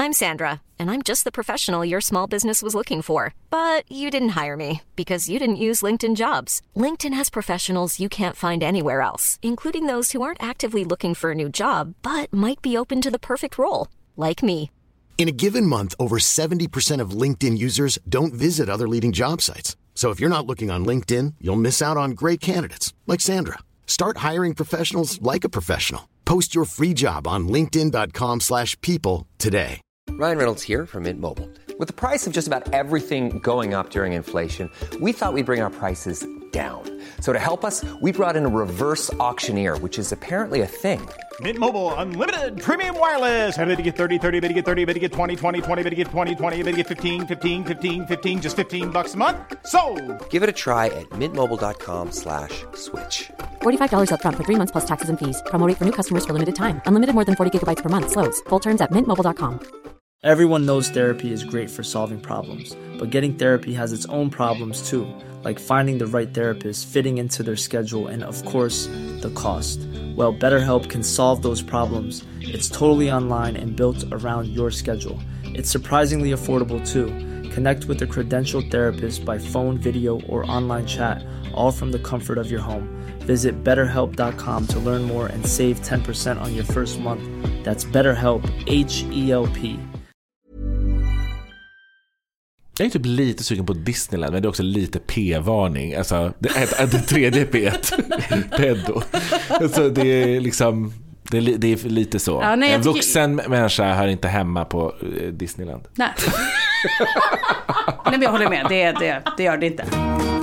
I'm Sandra, and I'm just the professional your small business was looking for. But you didn't hire me because you didn't use LinkedIn Jobs. LinkedIn has professionals you can't find anywhere else, including those who aren't actively looking for a new job, but might be open to the perfect role, like me. In a given month, over 70% of LinkedIn users don't visit other leading job sites. So if you're not looking on LinkedIn, you'll miss out on great candidates like Sandra. Start hiring professionals like a professional. Post your free job on linkedin.com/people today. Ryan Reynolds here from Mint Mobile. With the price of just about everything going up during inflation, we thought we'd bring our prices down. So to help us, we brought in a reverse auctioneer, which is apparently a thing. Mint Mobile Unlimited Premium Wireless. How to get 30, 30, bit to get 30, bit to get 20, 20, 20, bit to get 20, 20, bit to get 15, 15, 15, 15, just $15 a month? Sold! Give it a try at mintmobile.com/switch. $45 up front for 3 months plus taxes and fees. Promo rate for new customers for limited time. Unlimited more than 40 gigabytes per month. Slows full terms at mintmobile.com. Everyone knows therapy is great for solving problems, but getting therapy has its own problems too, like finding the right therapist, fitting into their schedule, and of course, the cost. Well, BetterHelp can solve those problems. It's totally online and built around your schedule. It's surprisingly affordable too. Connect with a credentialed therapist by phone, video, or online chat, all from the comfort of your home. Visit BetterHelp.com to learn more and save 10% on your first month. That's BetterHelp, H-E-L-P. Jag är typ lite sugen på Disneyland, men det är också lite P-varning. Alltså, det tredje P-et, pedo. Alltså, det är liksom... Det är lite så. Ja, nej, en vuxen människa hör inte hemma på Disneyland. Nej. Nej, men jag håller med. Det gör det inte.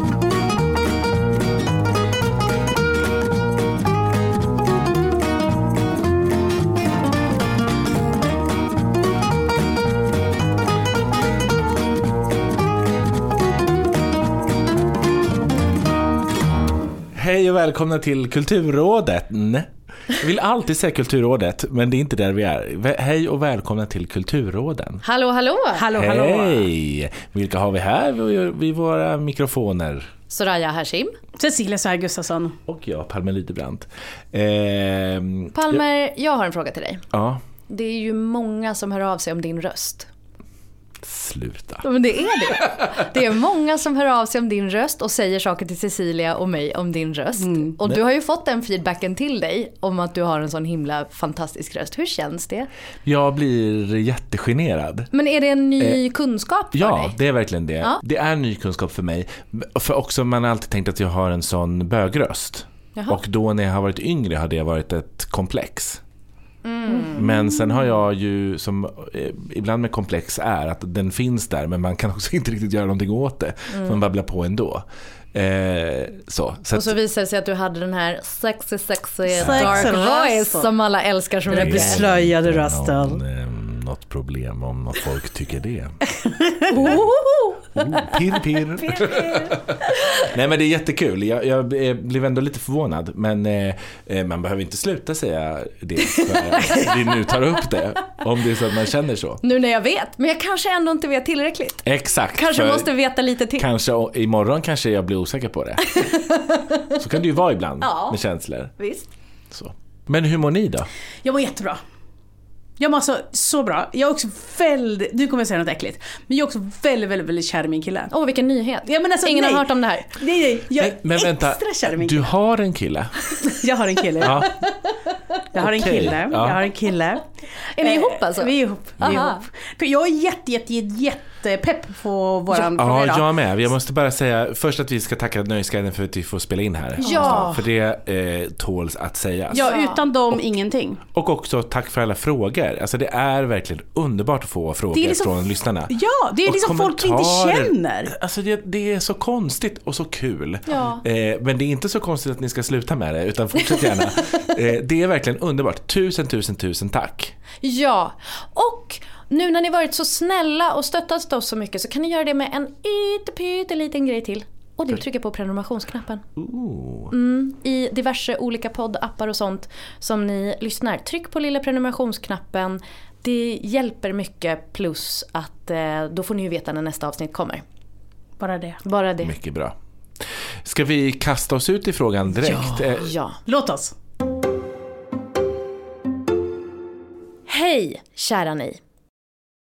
Hej och välkomna till Kulturrådet. Jag vill alltid säga Kulturrådet, men det är inte där vi är. Hej och välkomna till Kulturråden. Hallå, hallå. Hallå, hallå. Hej. Vilka har vi här vid våra mikrofoner? Soraya Hashim. Cecilia Svärd Gustafsson. Och jag, Palmer Lydebrand. Palmer, jag har en fråga till dig. Ja. Det är ju många som hör av sig om din röst. Sluta. Men det är det. Det är många som hör av sig om din röst och säger saker till Cecilia och mig om din röst. Och du har ju fått den feedbacken till dig om att du har en sån himla fantastisk röst. Hur känns det? Jag blir jättegenerad. Men är det en ny kunskap för dig? Ja, det är verkligen det. Ja. Det är en ny kunskap för mig. För också man har alltid tänkt att jag har en sån bögröst. Jaha. Och då när jag har varit yngre hade jag varit ett komplex. Men sen har jag ju, som ibland med komplex är, att den finns där, men man kan också inte riktigt göra någonting åt det. Man babblar på ändå. Så och så visar det sig att du hade den här sexy dark voice som alla älskar så mycket. Den beslöjade rösten. Något problem om folk tycker det. Pirr. Nej, men det är jättekul. Jag blev ändå lite förvånad, men man behöver inte sluta säga det för vi nu tar upp det, om det är så att man känner så. Nu när jag vet, men jag kanske ändå inte vet tillräckligt. Exakt. Kanske måste veta lite till. Kanske imorgon kanske jag blir osäker på det. Så kan det ju vara ibland med känslor. Visst. Så. Men hur mår ni då? Jag mår jättebra. Jag mår alltså så bra. Jag är också väldigt... Du kommer att säga något äckligt. Men jag är också väldigt kär i min kille. Åh, vilken nyhet. Ja, men alltså, ingen har hört om det här. Nej. Jag är men vänta, extra kär i min kille. Du har en kille? Jag har en kille. Ja. Jag har en kille. Ja. Jag har en kille. Är ni ihop alltså? Vi är ihop. Jag är jättepepp på våran fråga idag. Ja, jag med. Jag måste bara säga först att vi ska tacka Nöjesguiden för att vi får spela in här. Ja. För det tåls att sägas. Ja, utan dem ingenting. Och också tack för alla frågor. Alltså det är verkligen underbart att få frågor liksom, från lyssnarna. Ja, det är liksom folk vi inte känner. Alltså det är så konstigt och så kul. Ja. Men det är inte så konstigt att ni ska sluta med det, utan fortsätt gärna. Det är verkligen underbart. Tusen tack. Ja, och nu när ni varit så snälla och stöttat oss så mycket så kan ni göra det med en pytteliten grej till. Och det är att trycka på prenumerationsknappen. I diverse olika poddappar och sånt som ni lyssnar. Tryck på lilla prenumerationsknappen. Det hjälper mycket, plus att då får ni ju veta när nästa avsnitt kommer. Bara det. Mycket bra. Ska vi kasta oss ut i frågan direkt? Ja. Låt oss. Hej, kära ni.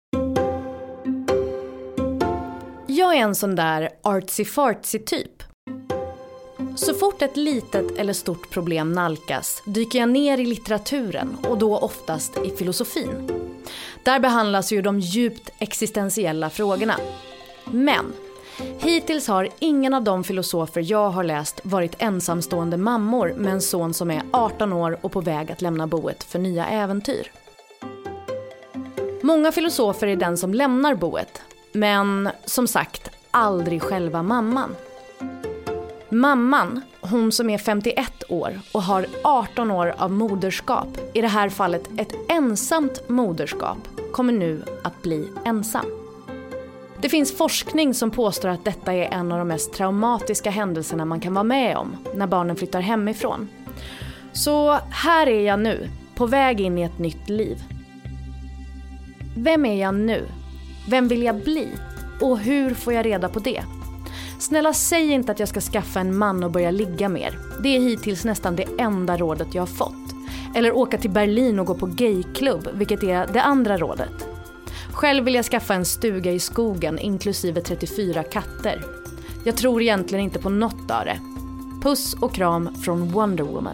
Jag är en sån där artsy-fartsy typ. Så fort ett litet eller stort problem nalkas dyker jag ner i litteraturen och då oftast i filosofin. Där behandlas ju de djupt existentiella frågorna. Men hittills har ingen av de filosofer jag har läst varit ensamstående mammor med en son som är 18 år och på väg att lämna boet för nya äventyr. Många filosofer är den som lämnar boet, men som sagt aldrig själva mamman. Mamman, hon som är 51 år och har 18 år av moderskap, i det här fallet ett ensamt moderskap, kommer nu att bli ensam. Det finns forskning som påstår att detta är en av de mest traumatiska händelserna man kan vara med om när barnen flyttar hemifrån. Så här är jag nu, på väg in i ett nytt liv. Vem är jag nu? Vem vill jag bli? Och hur får jag reda på det? Snälla, säg inte att jag ska skaffa en man och börja ligga mer. Det är hittills nästan det enda rådet jag har fått. Eller åka till Berlin och gå på gayklubb, vilket är det andra rådet. Själv vill jag skaffa en stuga i skogen inklusive 34 katter. Jag tror egentligen inte på något av det. Puss och kram från Wonder Woman.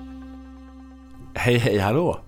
Hej, hallå.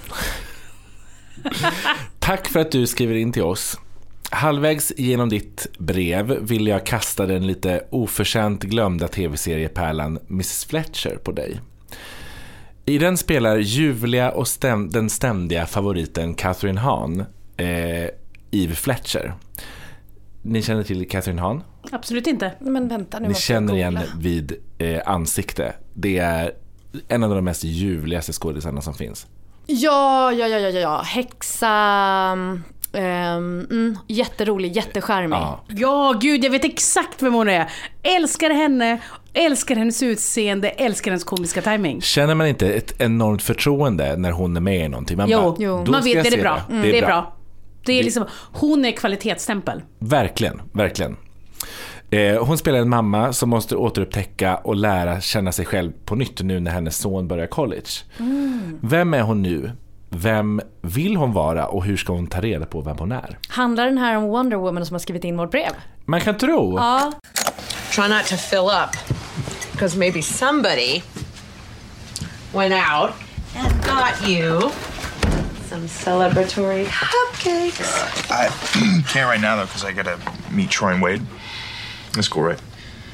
Tack för att du skriver in till oss. Halvvägs genom ditt brev vill jag kasta den lite oförtjänt glömda tv-seriepärlan Mrs. Fletcher på dig. I den spelar ljuvliga och den ständiga favoriten Catherine Hahn, Eve Fletcher. Ni känner till Catherine Hahn? Absolut inte. Men vänta, nu ni känner igen vid ansikte. Det är en av de mest ljuvligaste skådisarna som finns. Ja. Häxa... jätterolig, jättecharmig. Ja, gud, jag vet exakt vem hon är. Älskar henne, älskar hennes utseende, älskar hennes komiska timing. Känner man inte ett enormt förtroende när hon är med i någonting? Man jo. Man vet det är bra. Det är bra. Det är liksom, hon är kvalitetsstämpel. Verkligen. Hon spelar en mamma som måste återupptäcka och lära känna sig själv på nytt nu när hennes son börjar college. Vem är hon nu? Vem vill hon vara och hur ska hon ta reda på vem hon är? Handlar den här om Wonder Woman som har skrivit in vårt brev? Man kan tro. Ja. Try not to fill up, because maybe somebody went out and got you some celebratory cupcakes. I can't right now though, because I gotta meet Troy and Wade. That's cool, right?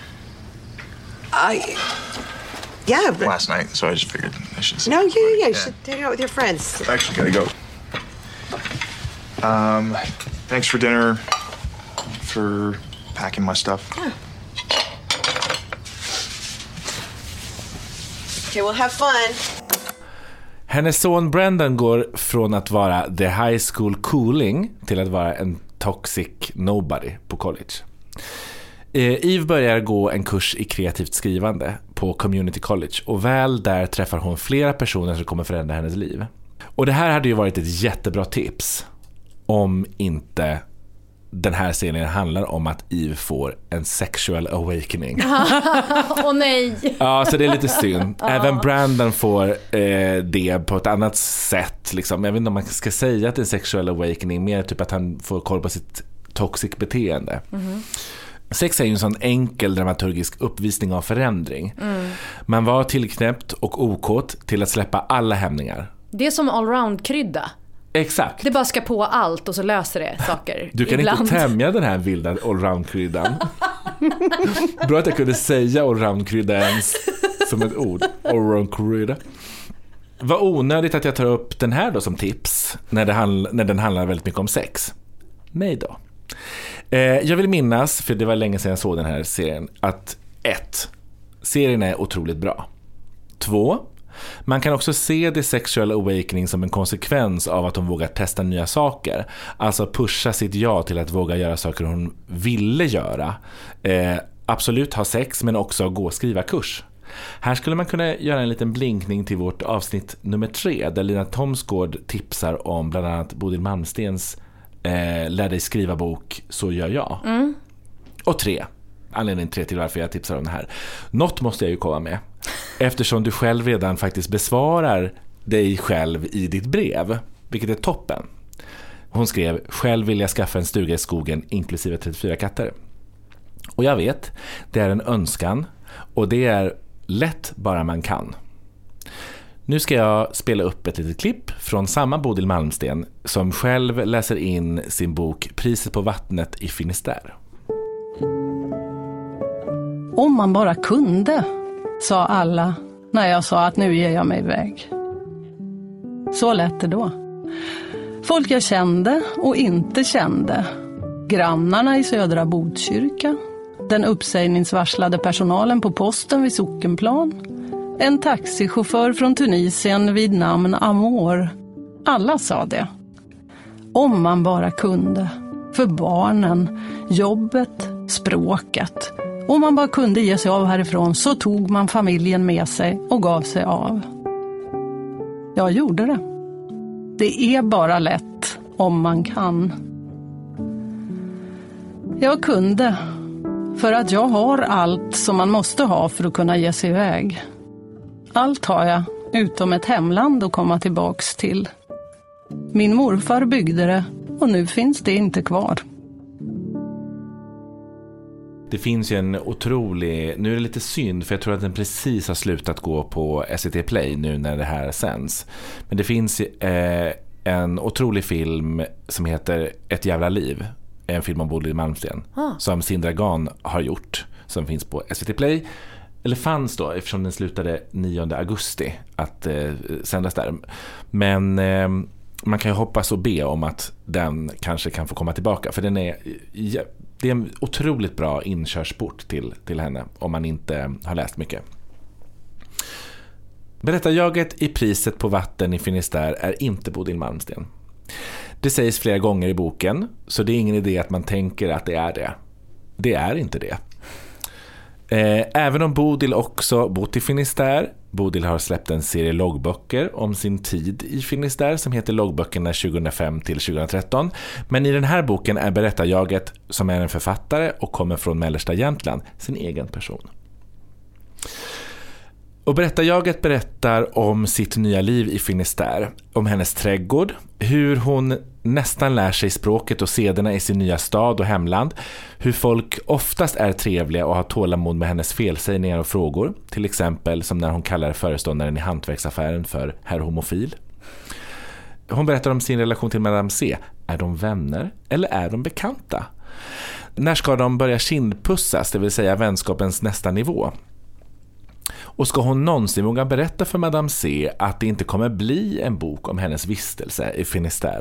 Yeah, but... Last night, so I just figured I should... No, you should hang out with your friends. I actually gotta go. Thanks for dinner, for packing my stuff. Yeah. Okay, we'll have fun. Hennes son Brendan går från att vara the high school cooling till att vara en toxic nobody på college. Eve börjar gå en kurs i kreativt skrivande på Community College och väl där träffar hon flera personer som kommer förändra hennes liv. Och det här hade ju varit ett jättebra tips om inte den här serien handlar om att Eve får en sexual awakening. Åh nej. Ja, så det är lite synd. Även Brandon får det på ett annat sätt. Liksom. Jag vet inte om man ska säga att det är en sexual awakening, mer typ att han får koll på sitt toxic beteende. Sex är ju en sån enkel dramaturgisk uppvisning av förändring. Man var tillknäppt och okåt till att släppa alla hämningar. Det är som allround-krydda. Exakt. Det bara ska på allt och så löser det saker. Du kan ibland. inte tämja den här vilda allround-kryddan. Bra att jag kunde säga allround-krydda ens som ett ord. Allround-krydda. Vad onödigt att jag tar upp den här då som tips när den handlar väldigt mycket om sex. Nej då. Jag vill minnas, för det var länge sedan jag såg den här serien, att 1. Serien är otroligt bra. 2. Man kan också se The Sexual Awakening som en konsekvens av att hon vågar testa nya saker. Alltså pusha sitt ja till att våga göra saker hon ville göra. Absolut ha sex, men också gå och skriva kurs. Här skulle man kunna göra en liten blinkning till vårt avsnitt nummer 3 där Lina Thomsgård tipsar om bland annat Bodil Malmstens Lär dig skriva bok, så gör jag. Och 3. Anledning 3 till varför jag tipsar om det här. Något måste jag ju komma med. Eftersom du själv redan faktiskt besvarar dig själv i ditt brev. Vilket är toppen. Hon skrev: själv vill jag skaffa en stuga i skogen inklusive 34 katter. Och jag vet, det är en önskan och det är lätt bara man kan. Nu ska jag spela upp ett litet klipp från samma Bodil Malmsten som själv läser in sin bok Priset på vattnet i Finistère. Om man bara kunde, sa alla när jag sa att nu ger jag mig iväg. Så lät det då. Folk jag kände och inte kände. Grannarna i södra Botkyrka. Den uppsägningsvarslade personalen på posten vid Sockenplan. En taxichaufför från Tunisien vid namn Amor. Alla sa det. Om man bara kunde. För barnen, jobbet, språket. Om man bara kunde ge sig av härifrån så tog man familjen med sig och gav sig av. Jag gjorde det. Det är bara lätt om man kan. Jag kunde. För att jag har allt som man måste ha för att kunna ge sig iväg. Allt har jag, utom ett hemland att komma tillbaks till. Min morfar byggde det och nu finns det inte kvar. Det finns ju en otrolig, nu är det lite synd för jag tror att den precis har slutat gå på SVT Play nu när det här sänds. Men det finns en otrolig film som heter Ett jävla liv. En film om Bodil Malmsten som Sindra Gahn har gjort, som finns på SVT Play. Eller fanns då, eftersom den slutade 9 augusti att sändas där. Men man kan ju hoppas och be om att den kanske kan få komma tillbaka. För det är en otroligt bra inkörsport till henne om man inte har läst mycket. Berättarjaget i Priset på vatten i Finistère är inte Bodil Malmsten. Det sägs flera gånger i boken, så det är ingen idé att man tänker att det är det. Det är inte det. Även om Bodil också bott i Finistère. Bodil har släppt en serie loggböcker om sin tid i Finistère som heter Loggböckerna 2005 till 2013. Men i den här boken är berättarjaget, som är en författare och kommer från mellersta Jämtland, sin egen person. Och berättarjaget berättar om sitt nya liv i Finistère, om hennes trädgård, hur hon nästan lär sig språket och sederna i sin nya stad och hemland, hur folk oftast är trevliga och har tålamod med hennes felsägningar och frågor, till exempel som när hon kallar föreståndaren i hantverksaffären för herr homofil. Hon berättar om sin relation till Madame C. Är de vänner eller är de bekanta? När ska de börja kindpussas, det vill säga vänskapens nästa nivå? Och ska hon någonsin våga berätta för Madame C att det inte kommer bli en bok om hennes vistelse i Finistère?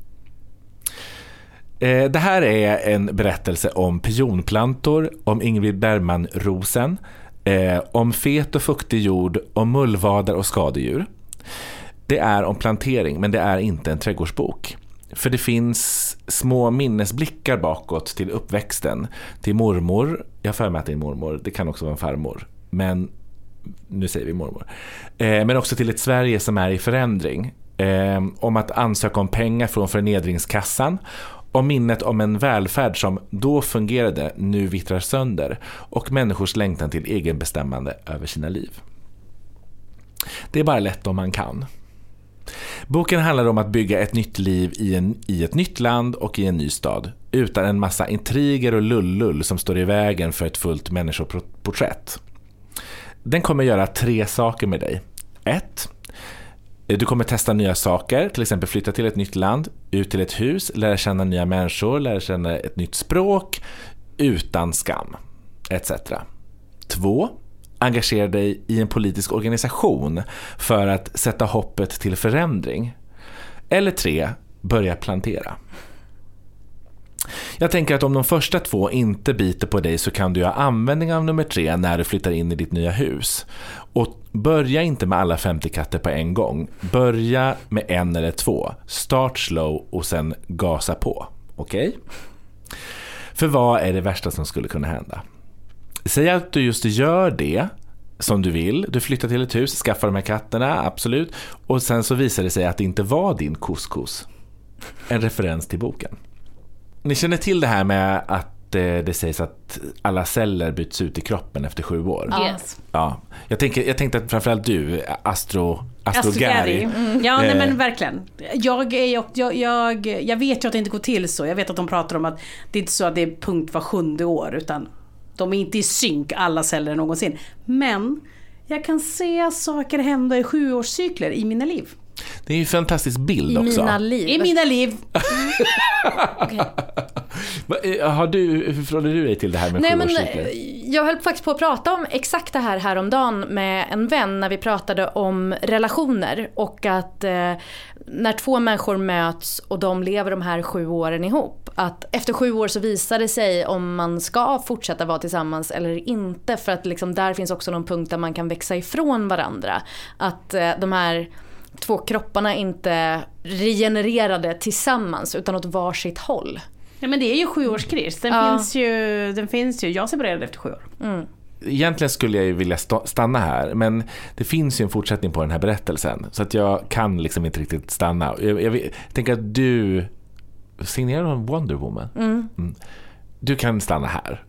Det här är en berättelse om pionplantor, om Ingrid Bergman-rosen, om fet och fuktig jord, om mullvadar och skadedjur. Det är om plantering, men det är inte en trädgårdsbok. För det finns små minnesblickar bakåt till uppväxten, till mormor. Jag för mig att det är mormor, det kan också vara en farmor. Men nu säger vi mormor. Men också till ett Sverige som är i förändring. Om att ansöka om pengar från förnedringskassan. Om minnet om en välfärd som då fungerade, nu vittrar sönder. Och människors längtan till egenbestämmande över sina liv. Det är bara lätt om man kan. Boken handlar om att bygga ett nytt liv i ett nytt land och i en ny stad. Utan en massa intriger och lullull som står i vägen för ett fullt människoporträtt. Den kommer göra 3 saker med dig. 1. Du kommer testa nya saker, till exempel flytta till ett nytt land, ut till ett hus, lära känna nya människor, lära känna ett nytt språk, utan skam, etc. 2. Engagera dig i en politisk organisation för att sätta hoppet till förändring. Eller 3. Börja plantera. Jag tänker att om de första 2 inte biter på dig så kan du ha användning av nummer 3 när du flyttar in i ditt nya hus. Och börja inte med alla 50 katter på en gång. Börja med 1 eller 2. Start slow och sen gasa på. Okej? För vad är det värsta som skulle kunna hända? Säg att du just gör det som du vill. Du flyttar till ett hus, skaffar de här katterna, absolut. Och sen så visar det sig att det inte var din couscous. En referens till boken. Ni känner till det här med att det sägs att alla celler byts ut i kroppen efter 7 år. Yes. Ja. Jag tänkte att framförallt du, Astro Gary. Ja, nej, men verkligen. Jag vet ju att det inte går till så. Jag vet att de pratar om att det är inte så att det är punkt var 7:e år, utan De är inte i synk alla celler någonsin. Men jag kan se saker hända i 7-årscykler i mina liv. Det är ju en fantastisk bild också. I mina liv. Okay. Hur förhåller du dig till det här med 7-årscykler? Jag höll faktiskt på att prata om exakt det här häromdagen med en vän när vi pratade om relationer och att när 2 människor möts och de lever de här 7 åren ihop, att efter 7 år så visar det sig om man ska fortsätta vara tillsammans eller inte, för att liksom där finns också någon punkt där man kan växa ifrån varandra, att de här 2 kropparna inte regenererade tillsammans utan åt varsitt håll. Ja, men det är ju 7-årskris. Den finns ju. Jag separerade efter 7 år. Mm. Egentligen skulle jag ju vilja stanna här, men det finns ju en fortsättning på den här berättelsen, så att jag kan liksom inte riktigt stanna. Jag tänker att du signerar en Wonder Woman. Mm. Du kan stanna här.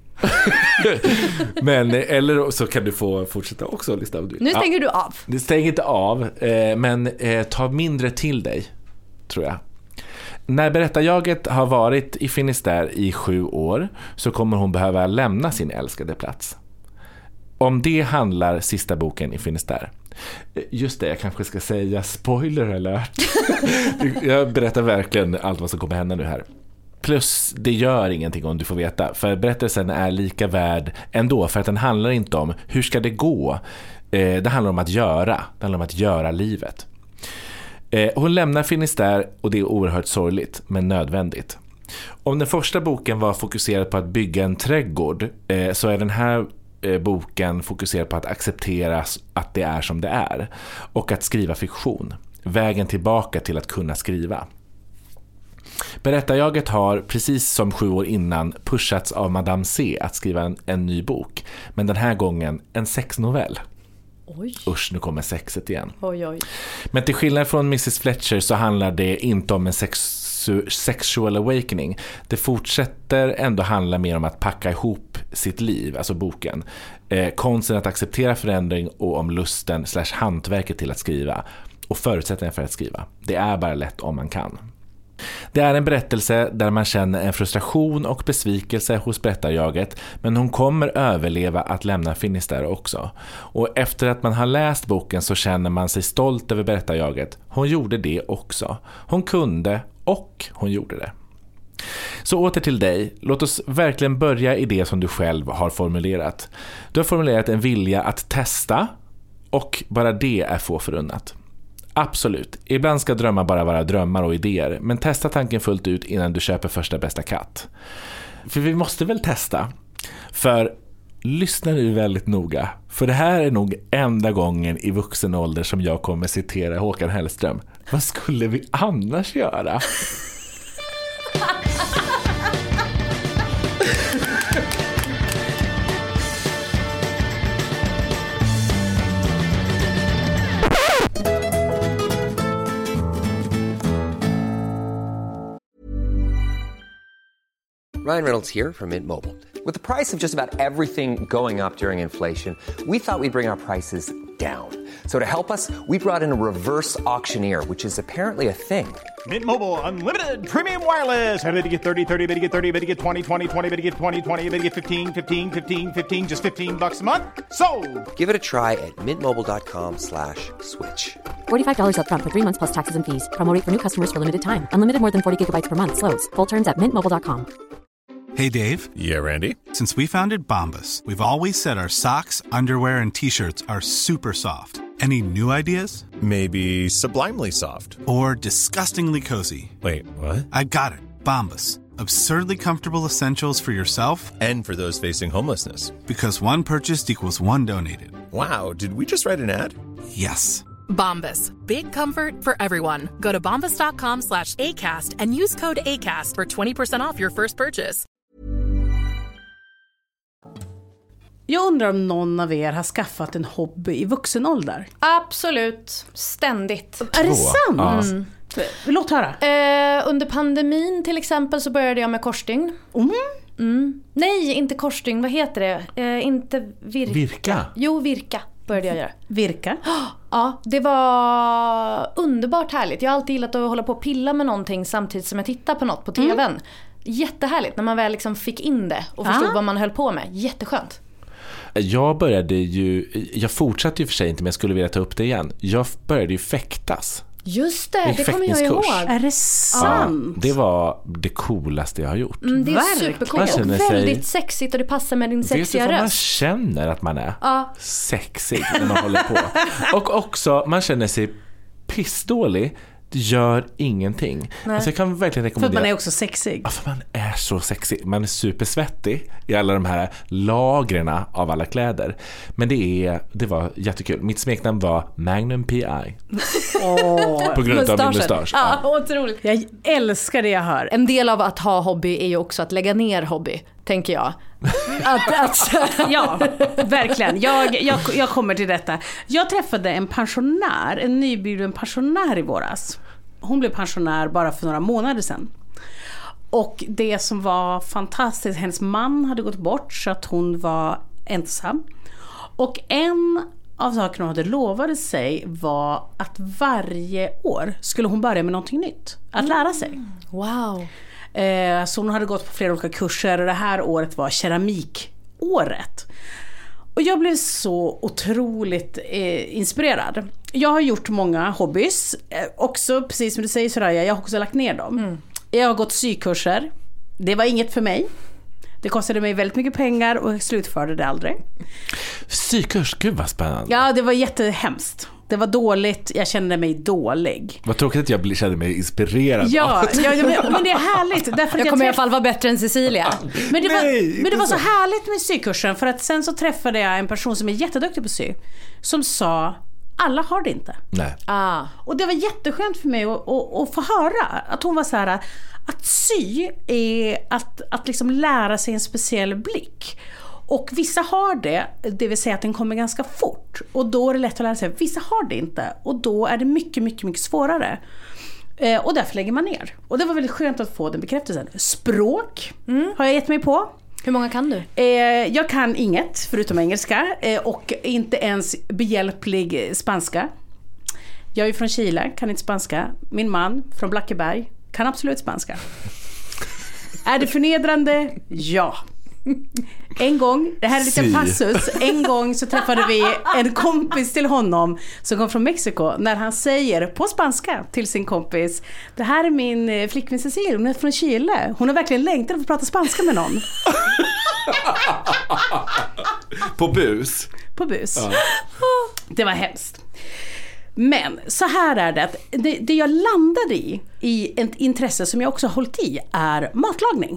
Men eller så kan du få fortsätta också, Lista. Nu stänger du av. Det stänger inte av, men ta mindre till dig, tror jag. När berättarjaget har varit i Finisterre i 7 år så kommer hon behöva lämna sin älskade plats. Om det handlar sista boken i Finisterre. Just det, jag kanske ska säga spoiler alert. Jag berättar verkligen allt vad som kommer hända nu här. Plus, det gör ingenting om du får veta. För berättelsen är lika värd ändå. För att den handlar inte om hur ska det gå. Det handlar om att göra. Det handlar om att göra livet. Hon lämnar Finisterre och det är oerhört sorgligt men nödvändigt. Om den första boken var fokuserad på att bygga en trädgård så är den här boken fokuserad på att acceptera att det är som det är och att skriva fiktion. Vägen tillbaka till att kunna skriva. Berättarjaget har, precis som 7 år innan, pushats av Madame C att skriva en ny bok. Men den här gången en sexnovell. Oj. Usch, nu kommer sexet igen. Oj. Men till skillnad från Mrs. Fletcher så handlar det inte om en sexual awakening. Det fortsätter ändå handla mer om att packa ihop sitt liv, alltså boken. Konsten att acceptera förändring och om lusten / hantverket till att skriva. Och förutsättningar för att skriva. Det är bara lätt om man kan. Det är en berättelse där man känner en frustration och besvikelse hos berättarjaget, men hon kommer överleva att lämna Finisterre också. Och efter att man har läst boken så känner man sig stolt över berättarjaget. Hon gjorde det också. Hon kunde och hon gjorde det. Så åter till dig. Låt oss verkligen börja i det som du själv har formulerat. Du har formulerat en vilja att testa och bara det är få förunnat. Absolut. Ibland ska drömmar bara vara drömmar och idéer, men testa tanken fullt ut innan du köper första bästa katt. För vi måste väl testa. För lyssna nu väldigt noga. För det här är nog enda gången i vuxen ålder som jag kommer citera Håkan Hellström. Vad skulle vi annars göra? Ryan Reynolds here from Mint Mobile. With the price of just about everything going up during inflation, we thought we'd bring our prices down. So to help us, we brought in a reverse auctioneer, which is apparently a thing. Mint Mobile Unlimited Premium Wireless. How to get 30, 30, bit to get 30, bit to get 20, 20, 20, bit to get 20, 20, bit to get 15, 15, 15, 15, just $15 a month? Sold! Give it a try at mintmobile.com/switch. $45 up front for 3 months plus taxes and fees. Promo rate for new customers for limited time. Unlimited more than 40 gigabytes per month. Slows full terms at mintmobile.com. Hey, Dave. Yeah, Randy. Since we founded Bombas, we've always said our socks, underwear, and T-shirts are super soft. Any new ideas? Maybe sublimely soft. Or disgustingly cozy. Wait, what? I got it. Bombas. Absurdly comfortable essentials for yourself and for those facing homelessness. Because one purchased equals one donated. Wow, did we just write an ad? Yes. Bombas. Big comfort for everyone. Go to bombas.com/ACAST and use code ACAST for 20% off your first purchase. Jag undrar om någon av er har skaffat en hobby i vuxen ålder. Absolut. Ständigt. Är det sant? Ja. Låt höra. Under pandemin till exempel så började jag med korsstygn. Nej, inte korsstygn. Vad heter det? Inte virka. Jo, virka började jag göra. Virka? Ja, det var underbart härligt. Jag har alltid gillat att hålla på och pilla med någonting samtidigt som jag tittar på något på tvn. Jättehärligt när man väl liksom fick in det och förstod vad man höll på med. Jätteskönt. Jag fortsatte ju för sig inte, men jag skulle vilja ta upp det igen. Jag började ju fäktas. Just det kommer jag ihåg. Är det sant? Ja, det var det coolaste jag har gjort. Det är supercoolt och väldigt sexigt och det passar med din sexiga röst. Man känner att man är sexig när man håller på. Och också, man känner sig pissdålig. Det gör ingenting. Alltså jag kan verkligen rekommendera. För man är också sexig. Ja, för man är så sexig. Man är supersvettig i alla de här lagren av alla kläder. Men det var jättekul. Mitt smeknamn var Magnum P.I. På grund av min mustasch. Ja, otroligt. Jag älskar det jag hör. En del av att ha hobby är ju också att lägga ner hobby, tänker jag. Ja, verkligen. Jag kommer till detta. Jag träffade en nybliven pensionär i våras. Hon blev pensionär bara för några månader sedan. Och det som var fantastiskt, hennes man hade gått bort så att hon var ensam. Och en av sakerna hon hade lovade sig var att varje år skulle hon börja med någonting nytt. Att lära sig. Wow. Så hon hade gått på flera olika kurser och det här året var keramikåret. Och jag blev så otroligt inspirerad. Jag har gjort många hobbys. Också precis som du säger Soraya, jag har också lagt ner dem. Jag har gått sykurser. Det var inget för mig. Det kostade mig väldigt mycket pengar och jag slutförde det aldrig. Sykurs, gud vad spännande. Ja, det var jättehemskt. Det var dåligt, jag kände mig dålig. Vad tråkigt att jag kände mig inspirerad. Ja, men det är härligt. Därför jag kommer i alla fall vara bättre än Cecilia. Men det var så härligt med sykursen. För att sen så träffade jag en person som är jätteduktig på sy. Som sa, alla har det inte. Nej. Och det var jätteskönt för mig att få höra. Att hon var så här, att sy är att liksom lära sig en speciell blick. Och vissa har det vill säga att den kommer ganska fort. Och då är det lätt att lära sig. Vissa har det inte. Och då är det mycket, mycket, mycket svårare. Och därför lägger man ner. Och det var väldigt skönt att få den bekräftelsen. Språk har jag gett mig på. Hur många kan du? Jag kan inget förutom engelska. Och inte ens behjälplig spanska. Jag är från Chile, kan inte spanska. Min man från Blackeberg kan absolut spanska. Är det förnedrande? Ja. En gång, det här är lite passus. En gång så träffade vi en kompis till honom som kom från Mexiko. När han säger på spanska till sin kompis: det här är min flickvän Cecilia, hon är från Chile. Hon har verkligen längtat att prata spanska med någon. På bus. Ja. Det var hemskt. Men så här är det att det jag landade i ett intresse som jag också har hållit i är matlagning.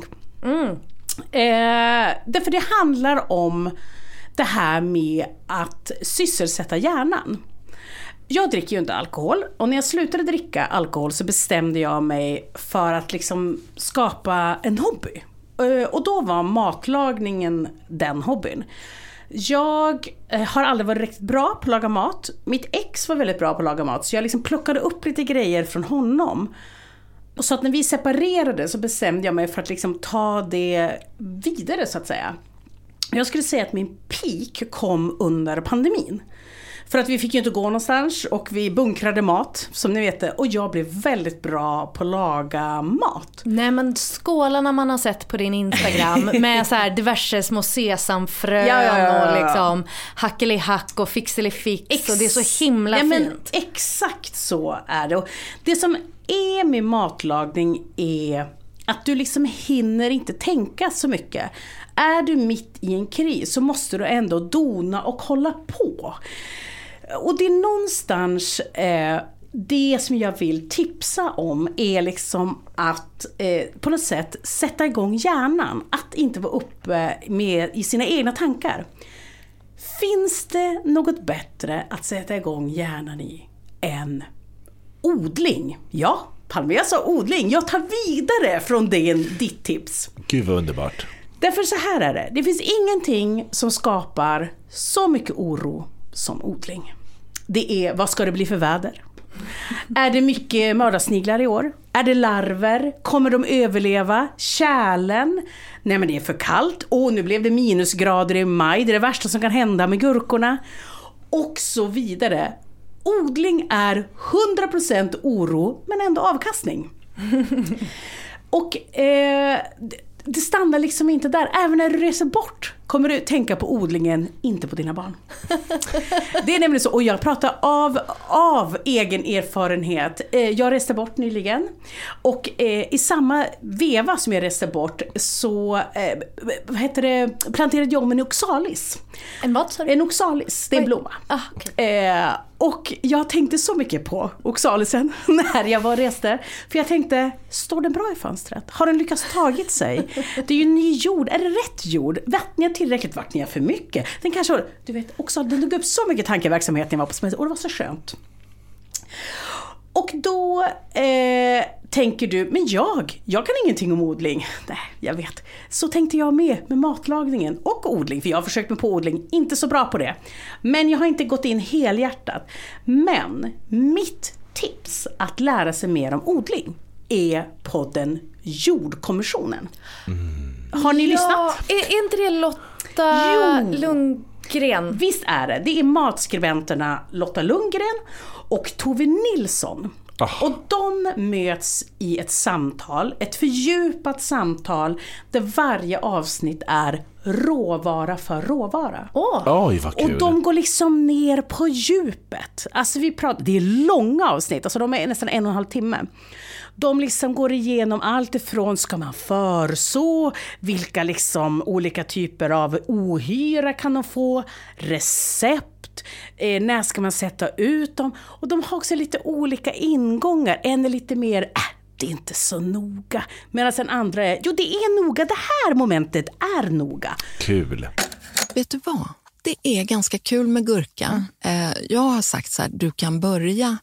Därför det handlar om det här med att sysselsätta hjärnan. Jag dricker ju inte alkohol, och när jag slutade dricka alkohol så bestämde jag mig för att liksom skapa en hobby. Och då var matlagningen den hobbyn. Jag har aldrig varit riktigt bra på att laga mat. Mitt ex var väldigt bra på att laga mat, så jag liksom plockade upp lite grejer från honom. Och så att när vi separerade så bestämde jag mig för att liksom ta det vidare, så att säga. Jag skulle säga att min peak kom under pandemin. För att vi fick ju inte gå någonstans och vi bunkrade mat, som ni vet. Och jag blev väldigt bra på att laga mat. Nej, men skålarna man har sett på din Instagram med så här diverse små sesamfrön och liksom hackelihack och fixelifix. Och det är så himla fint. Men exakt så är det. Och det som är med matlagning är att du liksom hinner inte tänka så mycket. Är du mitt i en kris så måste du ändå dona och hålla på. Och det är någonstans det som jag vill tipsa om är liksom att på något sätt sätta igång hjärnan. Att inte vara uppe med i sina egna tankar. Finns det något bättre att sätta igång hjärnan i än odling? Ja, Palme, jag sa odling. Jag tar vidare från ditt tips. Gud vad underbart. Därför så här är det. Det finns ingenting som skapar så mycket oro som odling. Det är, vad ska det bli för väder? Är det mycket mördarsniglar i år? Är det larver? Kommer de överleva? Kärlen? Nej, men det är för kallt. Nu blev det minusgrader i maj. Det är det värsta som kan hända med gurkorna. Och så vidare. Odling är 100% oro, men ändå avkastning. Och det stannar liksom inte där. Även när du reser bort kommer du tänka på odlingen, inte på dina barn. Det är nämligen så, och jag pratar av egen erfarenhet. Jag reste bort nyligen, och i samma veva som jag reste bort så planterade jag om en oxalis. En vad, sa du? En oxalis, det är en blomma. Okay. Och jag tänkte så mycket på oxalisen när jag var reste. För jag tänkte, står den bra i fönstret? Har den lyckats tagit sig? Det är ju ny jord, är det rätt jord? Vattnar jag tillräckligt, vattnar jag för mycket? Den kanske, du vet, också, den tog upp så mycket tankeverksamhet när jag var på semester, och det var så skönt. Och då tänker du, men jag kan ingenting om odling. Nej, jag vet. Så tänkte jag med matlagningen och odling. För jag har försökt mig på odling, inte så bra på det. Men jag har inte gått in helhjärtat. Men mitt tips att lära sig mer om odling är podden Jordkommissionen. Har ni lyssnat? Är inte det Lotta Lundgren? Visst är det. Det är matskribenterna Lotta Lundgren och Tove Nilsson. Och de möts i ett samtal, ett fördjupat samtal där varje avsnitt är råvara för råvara. Oj, vad kul. Och de går liksom ner på djupet. Alltså det är långa avsnitt, alltså de är nästan 1,5 timme. De liksom går igenom allt ifrån, ska man förså, vilka liksom olika typer av ohyra kan de få, recept, när ska man sätta ut dem. Och de har också lite olika ingångar. En är lite mer, det är inte så noga. Medan den andra är, jo det är noga, det här momentet är noga. Kul. Vet du vad? Det är ganska kul med gurka. Jag har sagt så här, du kan börja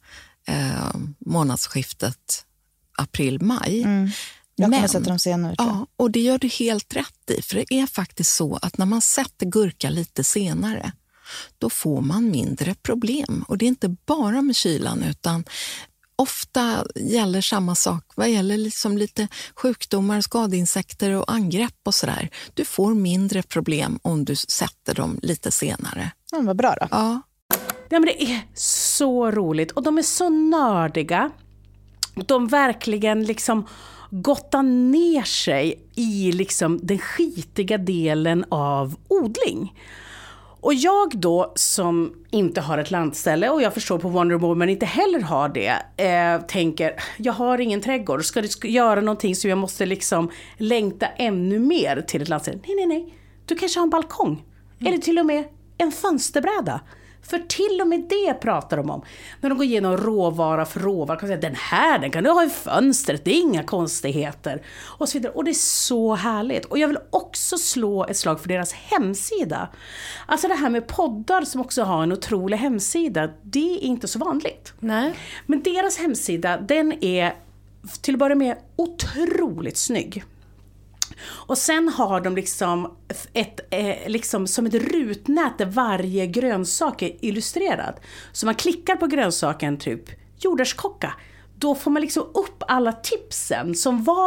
månadsskiftet april-maj. Jag kommer sätta dem senare. Ja, och det gör du helt rätt i. För det är faktiskt så att när man sätter gurka lite senare, då får man mindre problem. Och det är inte bara med kylan, utan ofta gäller samma sak. Vad gäller liksom lite sjukdomar, skadeinsekter och angrepp och sådär. Du får mindre problem om du sätter dem lite senare. Ja, vad bra då. Ja. Ja, men det är så roligt. Och de är så nördiga. De verkligen liksom gottar ner sig i liksom den skitiga delen av odling. Och jag då som inte har ett landställe, och jag förstår på Wonder Woman inte heller har det, tänker, jag har ingen trädgård, ska du göra någonting så jag måste liksom längta ännu mer till ett landställe? Nej. Du kanske har en balkong. Eller till och med en fönsterbräda. För till och med det pratar de om. När de går igenom råvara för råvara. Kan säga, den kan du ha i fönstret. Det är inga konstigheter. Och så vidare. Och det är så härligt. Och jag vill också slå ett slag för deras hemsida. Alltså det här med poddar som också har en otrolig hemsida. Det är inte så vanligt. Nej. Men deras hemsida, den är till att börja med otroligt snygg. Och sen har de liksom liksom som ett rutnät där varje grönsak är illustrerad. Så man klickar på grönsaken, typ jordärtskocka. Då får man liksom upp alla tipsen som var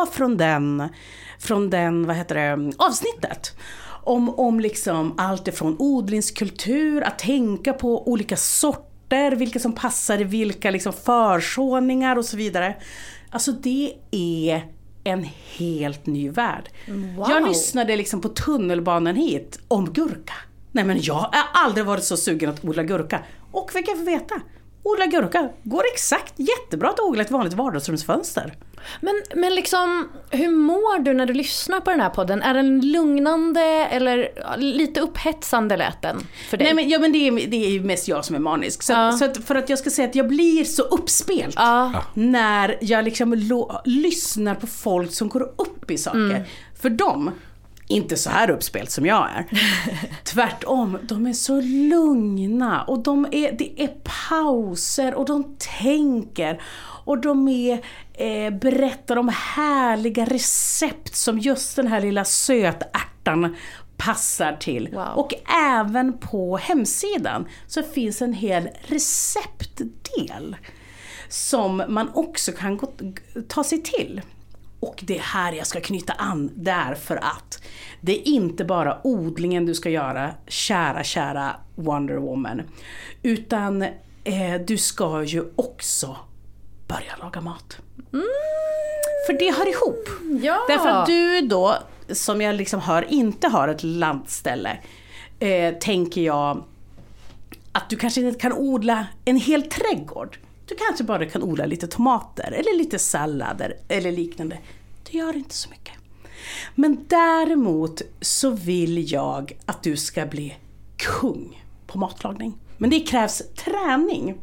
från den avsnittet. Om liksom allt ifrån odlingskultur, att tänka på olika sorter, vilka som passar i vilka liksom försåningar och så vidare. Alltså det är en helt ny värld. Wow. Jag lyssnade liksom på tunnelbanan hit om gurka. Nej, men jag har aldrig varit så sugen att odla gurka. Och vad kan jag få veta? Odla gurka går exakt jättebra att odla ett vanligt vardagsrumsfönster. Men liksom, hur mår du när du lyssnar på den här podden? Är den lugnande eller lite upphetsande läten för dig? Nej, men det är ju mest jag som är manisk. Så att för att jag ska säga att jag blir så uppspelt när jag liksom lyssnar på folk som går upp i saker. För dem, inte så här uppspelt som jag är. Tvärtom, de är så lugna och det är pauser och de tänker och de berättar om härliga recept som just den här lilla sötärtan passar till. Wow. Och även på hemsidan så finns en hel receptdel som man också kan ta sig till. Och det är här jag ska knyta an, därför att det är inte bara odlingen du ska göra, kära Wonder Woman, utan du ska ju också börja laga mat. För det hör ihop. Ja. Därför att du då, som jag liksom hör, inte har ett landställe, tänker jag att du kanske inte kan odla en hel trädgård. Du kanske bara kan odla lite tomater eller lite sallader eller liknande. Det gör inte så mycket. Men däremot så vill jag att du ska bli kung på matlagning. Men det krävs träning.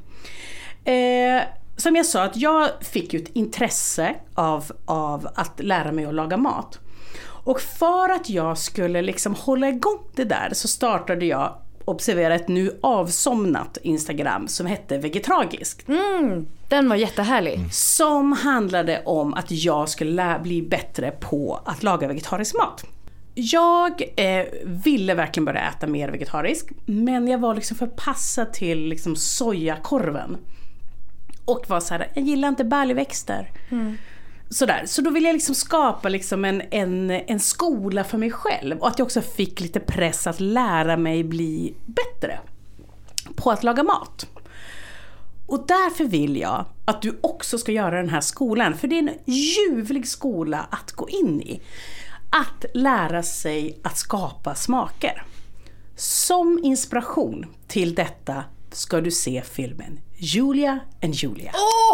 Som jag sa, att jag fick ju ett intresse av att lära mig att laga mat. Och för att jag skulle liksom hålla igång det där så startade jag, observera, ett nu avsomnat Instagram som hette Vegetragisk. Den var jättehärlig. Som handlade om att jag skulle bli bättre på att laga vegetarisk mat. Jag ville verkligen börja äta mer vegetariskt, men jag var liksom förpassad till liksom sojakorven. Och var så här, jag gillar inte baljväxter. Sådär. Så då ville jag liksom skapa liksom en skola för mig själv. Och att jag också fick lite press att lära mig bli bättre på att laga mat. Och därför vill jag att du också ska göra den här skolan. För det är en ljuvlig skola att gå in i. Att lära sig att skapa smaker. Som inspiration till detta ska du se filmen Julia and Julia.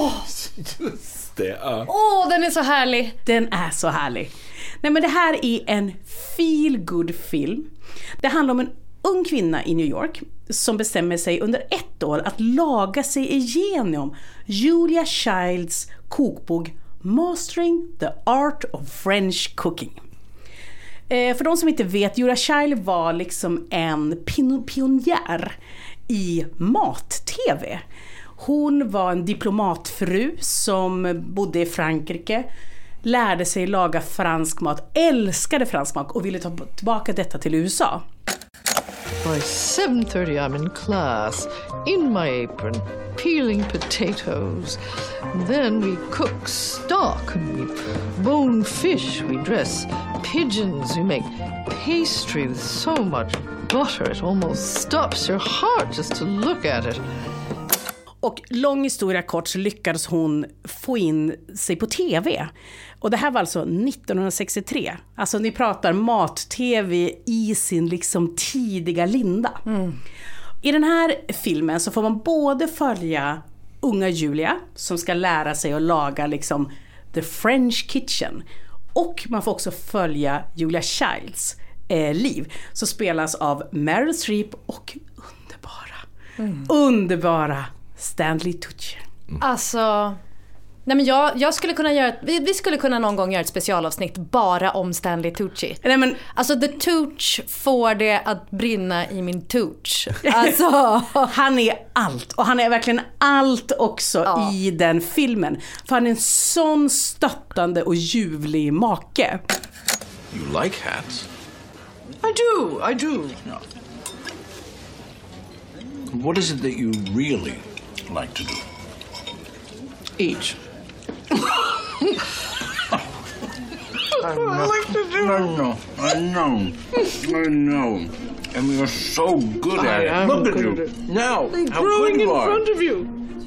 Just det, ja. Den är så härlig. Den är så härlig. Nej, men det här är en feel-good film. Det handlar om en ung kvinna i New York som bestämmer sig under 1 år att laga sig igenom Julia Childs kokbok Mastering the Art of French Cooking. För de som inte vet, Julia Child var liksom en pionjär i mat-tv. Hon var en diplomatfru som bodde i Frankrike, lärde sig laga fransk mat, älskade fransk mat och ville ta tillbaka detta till USA. By 7:30 I'm in class, in my apron, peeling potatoes. Then we cook stock, and we bone fish, we dress pigeons, we make pastry with so much butter it almost stops your heart just to look at it. Och lång historia kort så lyckades hon få in sig på tv. Och det här var alltså 1963. Alltså ni pratar mat-tv i sin liksom tidiga linda. I den här filmen så får man både följa unga Julia som ska lära sig att laga liksom the French kitchen. Och man får också följa Julia Childs liv som spelas av Meryl Streep och underbara Stanley Tucci. Alltså, nej men jag skulle kunna göra vi skulle kunna någon gång göra ett specialavsnitt bara om Stanley Tucci. Nej, men alltså the Tucci får det att brinna i min Tucci. Alltså han är allt, och han är verkligen allt också i den filmen. För han är en sån stöttande och ljuvlig make. You like hats? I do. No. What is it that you really like to do? Eat. I like to do. I know. And we are so good at it. Look at you. Now, how good you are. In front of you.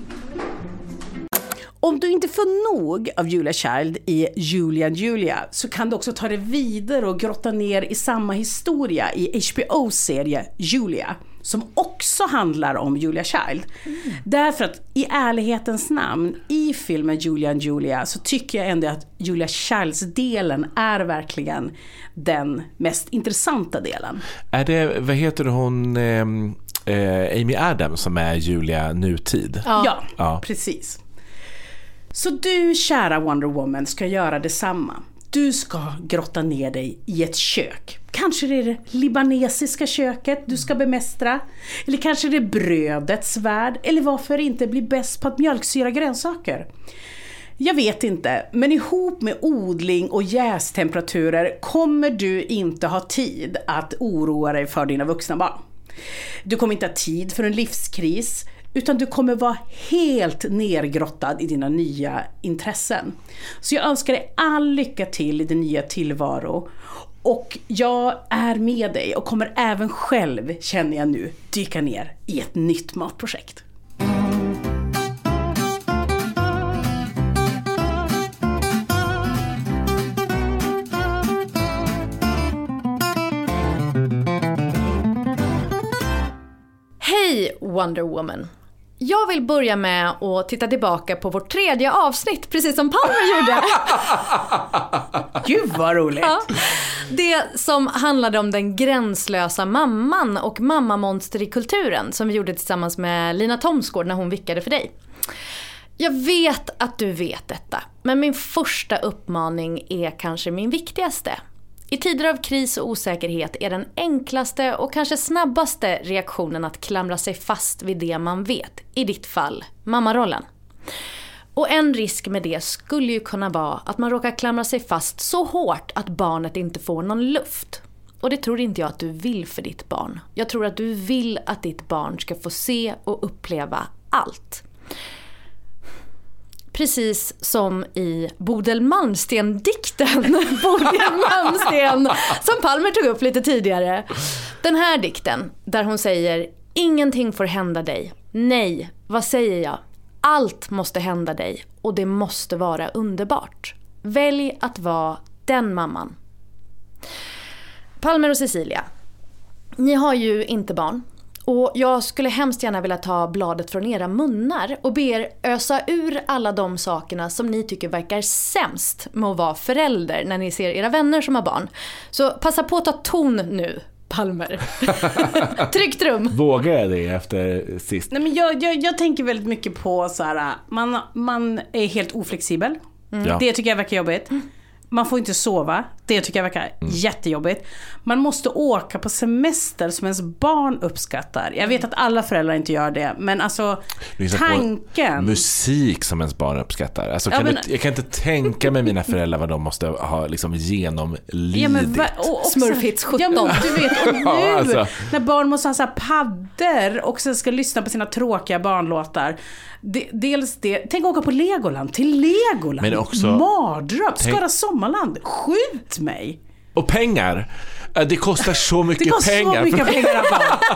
Om du inte får nog av Julia Child i Julia and Julia så kan du också ta det vidare och grotta ner i samma historia i HBO-serie Julia som också handlar om Julia Child. Därför att i ärlighetens namn i filmen Julia and Julia så tycker jag ändå att Julia Childs delen är verkligen den mest intressanta delen. Är det, vad heter hon, Amy Adams som är Julia nutid? Ja, precis. Så du, kära Wonder Woman, ska göra detsamma. Du ska grotta ner dig i ett kök. Kanske det är det libanesiska köket du ska bemästra. Eller kanske det är brödets värld. Eller varför inte bli bäst på att mjölksyra grönsaker. Jag vet inte, men ihop med odling och jästemperaturer kommer du inte ha tid att oroa dig för dina vuxna barn. Du kommer inte ha tid för en livskris, utan du kommer vara helt nergrottad i dina nya intressen. Så jag önskar dig all lycka till i din nya tillvaro. Och jag är med dig och kommer även själv, känner jag nu, dyka ner i ett nytt matprojekt. Hej Wonder Woman. Jag vill börja med att titta tillbaka på vårt 3:e avsnitt, precis som Palmer gjorde. Gud vad roligt. Ja. Det som handlade om den gränslösa mamman och mammamonster i kulturen som vi gjorde tillsammans med Lina Thomsgård när hon vickade för dig. Jag vet att du vet detta, men min första uppmaning är kanske min viktigaste. I tider av kris och osäkerhet är den enklaste och kanske snabbaste reaktionen att klamra sig fast vid det man vet. I ditt fall, mammarollen. Och en risk med det skulle ju kunna vara att man råkar klamra sig fast så hårt att barnet inte får någon luft. Och det tror inte jag att du vill för ditt barn. Jag tror att du vill att ditt barn ska få se och uppleva allt. Precis som i Bodil Malmsten-dikten. Bodil Malmsten, som Palmer tog upp lite tidigare. Den här dikten, där hon säger: ingenting får hända dig. Nej, vad säger jag? Allt måste hända dig och det måste vara underbart. Välj att vara den mamman. Palmer och Cecilia, ni har ju inte barn. Och jag skulle hemskt gärna vilja ta bladet från era munnar och be er ösa ur alla de sakerna som ni tycker verkar sämst med att vara förälder när ni ser era vänner som har barn. Så passa på att ta ton nu, Palmer. Tryckt rum. Vågar jag det efter sist? Nej, men jag tänker väldigt mycket på så här, man är helt oflexibel. Ja. Det tycker jag verkar jobbigt. Man får inte sova. Det tycker jag verkar jättejobbigt. Man måste åka på semester som ens barn uppskattar. Jag vet att alla föräldrar inte gör det. Men alltså, tanken... Musik som ens barn uppskattar. Alltså, jag kan inte tänka mig mina föräldrar vad de måste ha liksom genomlidit. Smurfhits 17. Ja, men, du vet, och nu alltså. När barn måste ha så här paddor och sen ska lyssna på sina tråkiga barnlåtar. Dels det. Tänk åka på Legoland. Till Legoland. Men också mardröm. Skara Sommarland. Skjut mig. Och pengar. Det kostar så mycket pengar. Det kostar så mycket pengar.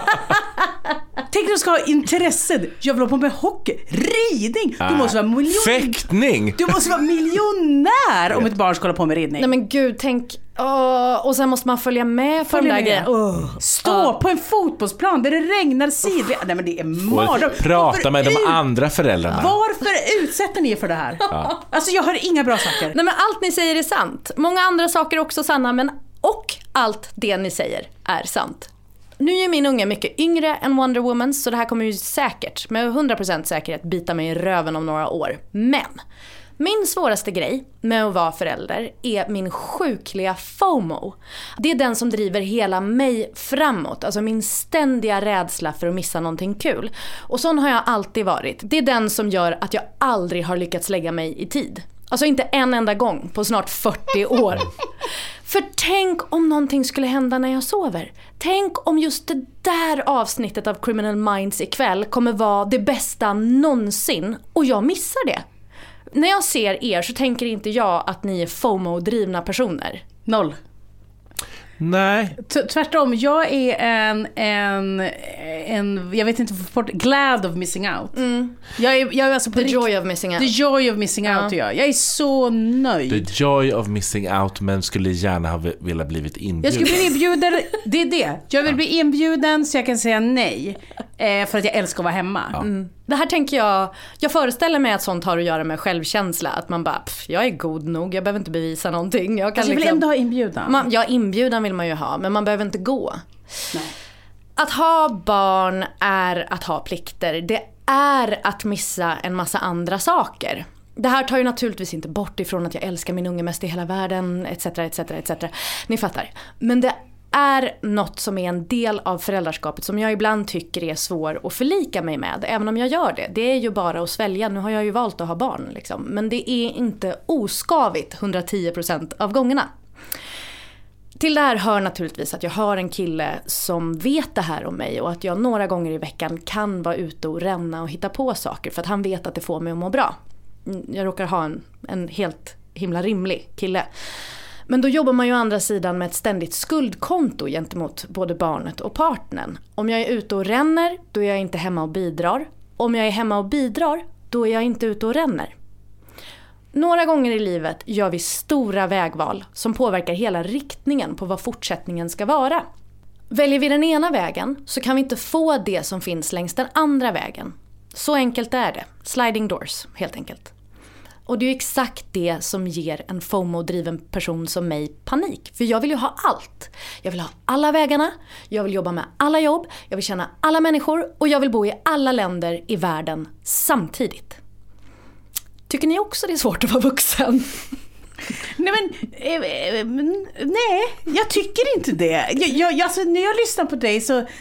Tänk att du ska ha intresse. Jag vill ha på med hockey, ridning. Du måste vara fäktning. Du måste vara miljonär om ett barn ska hålla på med ridning. Nej men gud, tänk. Och sen måste man följa med på den där grejen. Stå på en fotbollsplan där det regnar sidled. Nej men det är mardröm. Prata med de andra föräldrarna. Varför utsätter ni för det här? Ja. Alltså jag har inga bra saker. Nej men allt ni säger är sant. Många andra saker är också sanna, men och allt det ni säger är sant. Nu är min unge mycket yngre än Wonder Woman, så det här kommer ju säkert, med 100% säkerhet, bita mig i röven om några år. Men min svåraste grej med att vara förälder är min sjukliga FOMO. Det är den som driver hela mig framåt. Alltså min ständiga rädsla för att missa någonting kul. Och sån har jag alltid varit. Det är den som gör att jag aldrig har lyckats lägga mig i tid. Alltså inte en enda gång på snart 40 år. För tänk om någonting skulle hända när jag sover. Tänk om just det där avsnittet av Criminal Minds ikväll kommer vara det bästa någonsin och jag missar det. När jag ser er så tänker inte jag att ni är FOMO-drivna personer. 0. Nej. Tvärtom, jag är en jag vet inte, glad of missing out. Jag är alltså på the joy of missing out. The joy of missing out. Jag är så nöjd. The joy of missing out, men skulle gärna ha velat blivit inbjuden. Jag skulle bli inbjuden, det är det. Jag vill bli inbjuden så jag kan säga nej. För att jag älskar att vara hemma. Ja. Det här tänker jag föreställer mig att sånt har att göra med självkänsla. Att man bara, jag är god nog, jag behöver inte bevisa någonting. Jag vill ändå ha inbjudan. Inbjudan vill man ju ha, men man behöver inte gå. Nej. Att ha barn är att ha plikter. Det är att missa en massa andra saker. Det här tar ju naturligtvis inte bort ifrån att jag älskar min unge mest i hela världen, etc. Ni fattar. Men det är något som är en del av föräldraskapet som jag ibland tycker är svår att förlika mig med, även om jag gör det. Det är ju bara att svälja. Nu har jag ju valt att ha barn liksom. Men det är inte oskavigt 110% av gångerna. Till det här hör naturligtvis att jag har en kille som vet det här om mig och att jag några gånger i veckan kan vara ute och ränna och hitta på saker för att han vet att det får mig att må bra. Jag råkar ha en helt himla rimlig kille. Men då jobbar man ju å andra sidan med ett ständigt skuldkonto gentemot både barnet och partnern. Om jag är ute och ränner, då är jag inte hemma och bidrar. Om jag är hemma och bidrar, då är jag inte ute och ränner. Några gånger i livet gör vi stora vägval som påverkar hela riktningen på vad fortsättningen ska vara. Väljer vi den ena vägen så kan vi inte få det som finns längs den andra vägen. Så enkelt är det. Sliding doors, helt enkelt. Och det är ju exakt det som ger en FOMO-driven person som mig panik. För jag vill ju ha allt. Jag vill ha alla vägarna, jag vill jobba med alla jobb, jag vill känna alla människor och jag vill bo i alla länder i världen samtidigt. Tycker ni också det är svårt att vara vuxen? Nej, jag tycker inte det. Alltså, när jag lyssnar på dig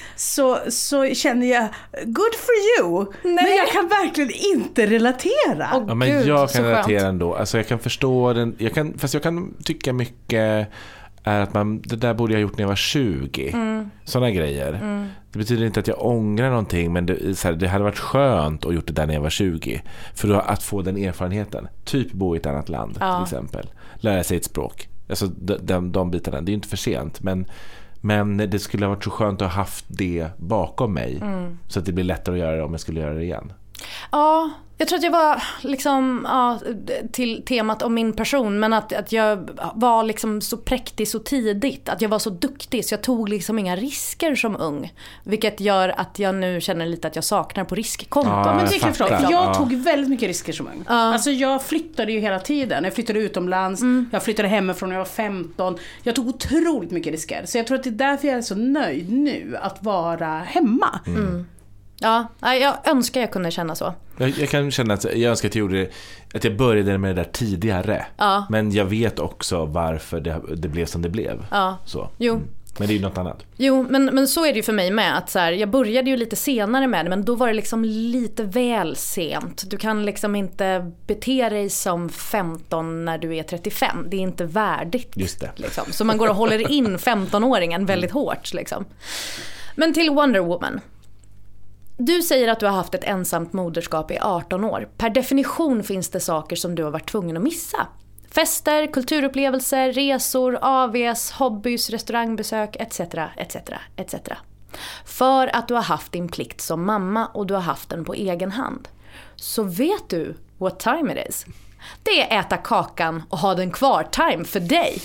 så känner jag good for you. Nej. Men jag kan verkligen inte relatera. Ja, men jag kan relatera ändå. Alltså, jag kan förstå den. Fast jag kan tycka mycket är att det där borde jag ha gjort när jag var 20. Sådana grejer. Det betyder inte att jag ångrar någonting, men det hade varit skönt att gjort det där när jag var 20. För att få den erfarenheten. Typ bo i ett annat land till exempel. Lära sig ett språk. Alltså de bitarna. Det är ju inte för sent, men det skulle ha varit så skönt att ha haft det bakom mig. Så att det blir lättare att göra det om jag skulle göra det igen. Ja, jag tror att jag var liksom till temat om min person, men att jag var liksom så präktig så tidigt, att jag var så duktig så jag tog liksom inga risker som ung, vilket gör att jag nu känner lite att jag saknar på riskkonto. Men det är klart, jag tog väldigt mycket risker som ung. Alltså jag flyttade ju hela tiden. Jag flyttade utomlands, jag flyttade hemifrån när jag var 15. Jag tog otroligt mycket risker. Så jag tror att det är därför jag är så nöjd nu att vara hemma. Ja, jag önskar jag kunde känna så. Jag kan känna att jag önskar att jag började med det där tidigare. Men jag vet också varför det blev som det blev. Så. Jo. Men det är ju något annat. Jo, men så är det ju för mig med att så här, jag började ju lite senare med det, men då var det liksom lite väl sent. Du kan liksom inte bete dig som 15 när du är 35. Det är inte värdigt. Just det. Liksom. Så man går och håller in 15-åringen väldigt hårt liksom. Men till Wonder Woman. Du säger att du har haft ett ensamt moderskap i 18 år. Per definition finns det saker som du har varit tvungen att missa. Fester, kulturupplevelser, resor, AVs, hobbys, restaurangbesök, etc, etc, etc. För att du har haft din plikt som mamma och du har haft den på egen hand. Så vet du what time it is? Det är äta kakan och ha den kvar time för dig.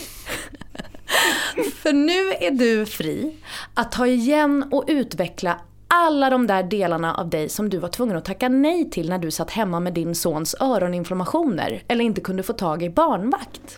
För nu är du fri att ta igen och utveckla alla de där delarna av dig som du var tvungen att tacka nej till när du satt hemma med din sons öroninflammationer eller inte kunde få tag i barnvakt.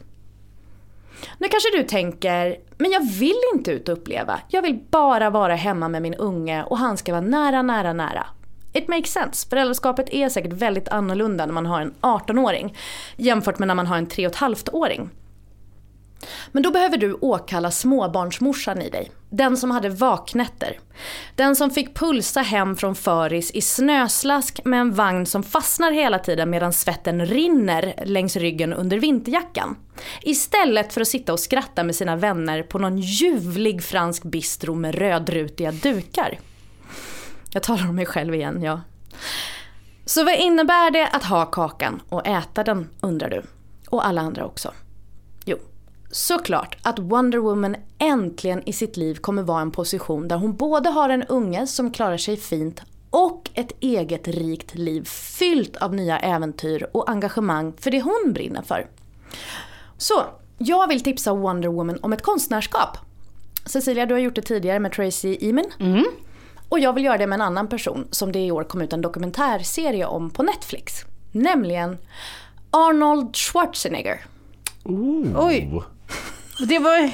Nu kanske du tänker, men jag vill inte ut och uppleva. Jag vill bara vara hemma med min unge och han ska vara nära. It makes sense. Föräldraskapet är säkert väldigt annorlunda när man har en 18-åring jämfört med när man har en 3,5-åring. Men då behöver du åkalla småbarnsmorsan i dig. Den som hade vaknätter. Den som fick pulsa hem från föris i snöslask med en vagn som fastnar hela tiden medan svetten rinner längs ryggen under vinterjackan. Istället för att sitta och skratta med sina vänner på någon ljuvlig fransk bistro med rödrutiga dukar. Jag talar om mig själv igen, ja. Så vad innebär det att ha kakan och äta den, undrar du? Och alla andra också. Jo. Såklart att Wonder Woman äntligen i sitt liv kommer vara en position där hon både har en unge som klarar sig fint och ett eget rikt liv fyllt av nya äventyr och engagemang för det hon brinner för. Så, jag vill tipsa Wonder Woman om ett konstnärskap. Cecilia, du har gjort det tidigare med Tracy Emin. Och jag vill göra det med en annan person som det i år kom ut en dokumentärserie om på Netflix. Nämligen Arnold Schwarzenegger. Oj. Det var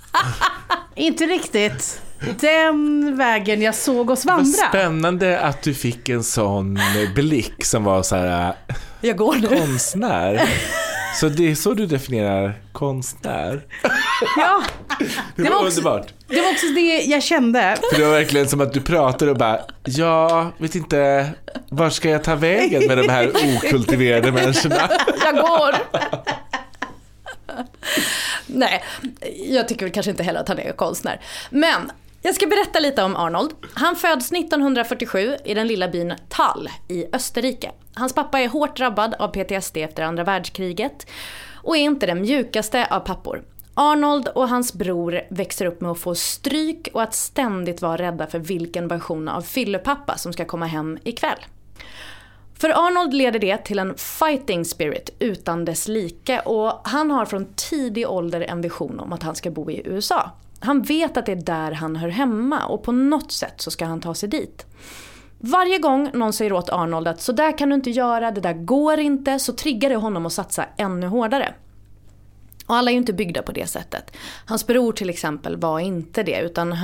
inte riktigt den vägen jag såg oss vandra. Vad spännande att du fick en sån blick som var så här. Jag går nu. Konstnär. Så det är så du definierar konstnär. Ja. Det var underbart. Det var också det jag kände. För det var verkligen som att du pratade och bara, jag vet inte, var ska jag ta vägen med de här okultiverade människorna? Jag går. Nej, jag tycker väl kanske inte heller att han är konstnär. Men jag ska berätta lite om Arnold. Han föds 1947 i den lilla byn Thal i Österrike. Hans pappa är hårt drabbad av PTSD efter andra världskriget och är inte den mjukaste av pappor. Arnold och hans bror växer upp med att få stryk och att ständigt vara rädda för vilken version av fyllepappa som ska komma hem ikväll. För Arnold leder det till en fighting spirit utan dess like, och han har från tidig ålder en vision om att han ska bo i USA. Han vet att det är där han hör hemma, och på något sätt så ska han ta sig dit. Varje gång någon säger åt Arnold att så där kan du inte göra, det där går inte, så triggar det honom att satsa ännu hårdare. Och alla är ju inte byggda på det sättet. Hans bror till exempel var inte det, utan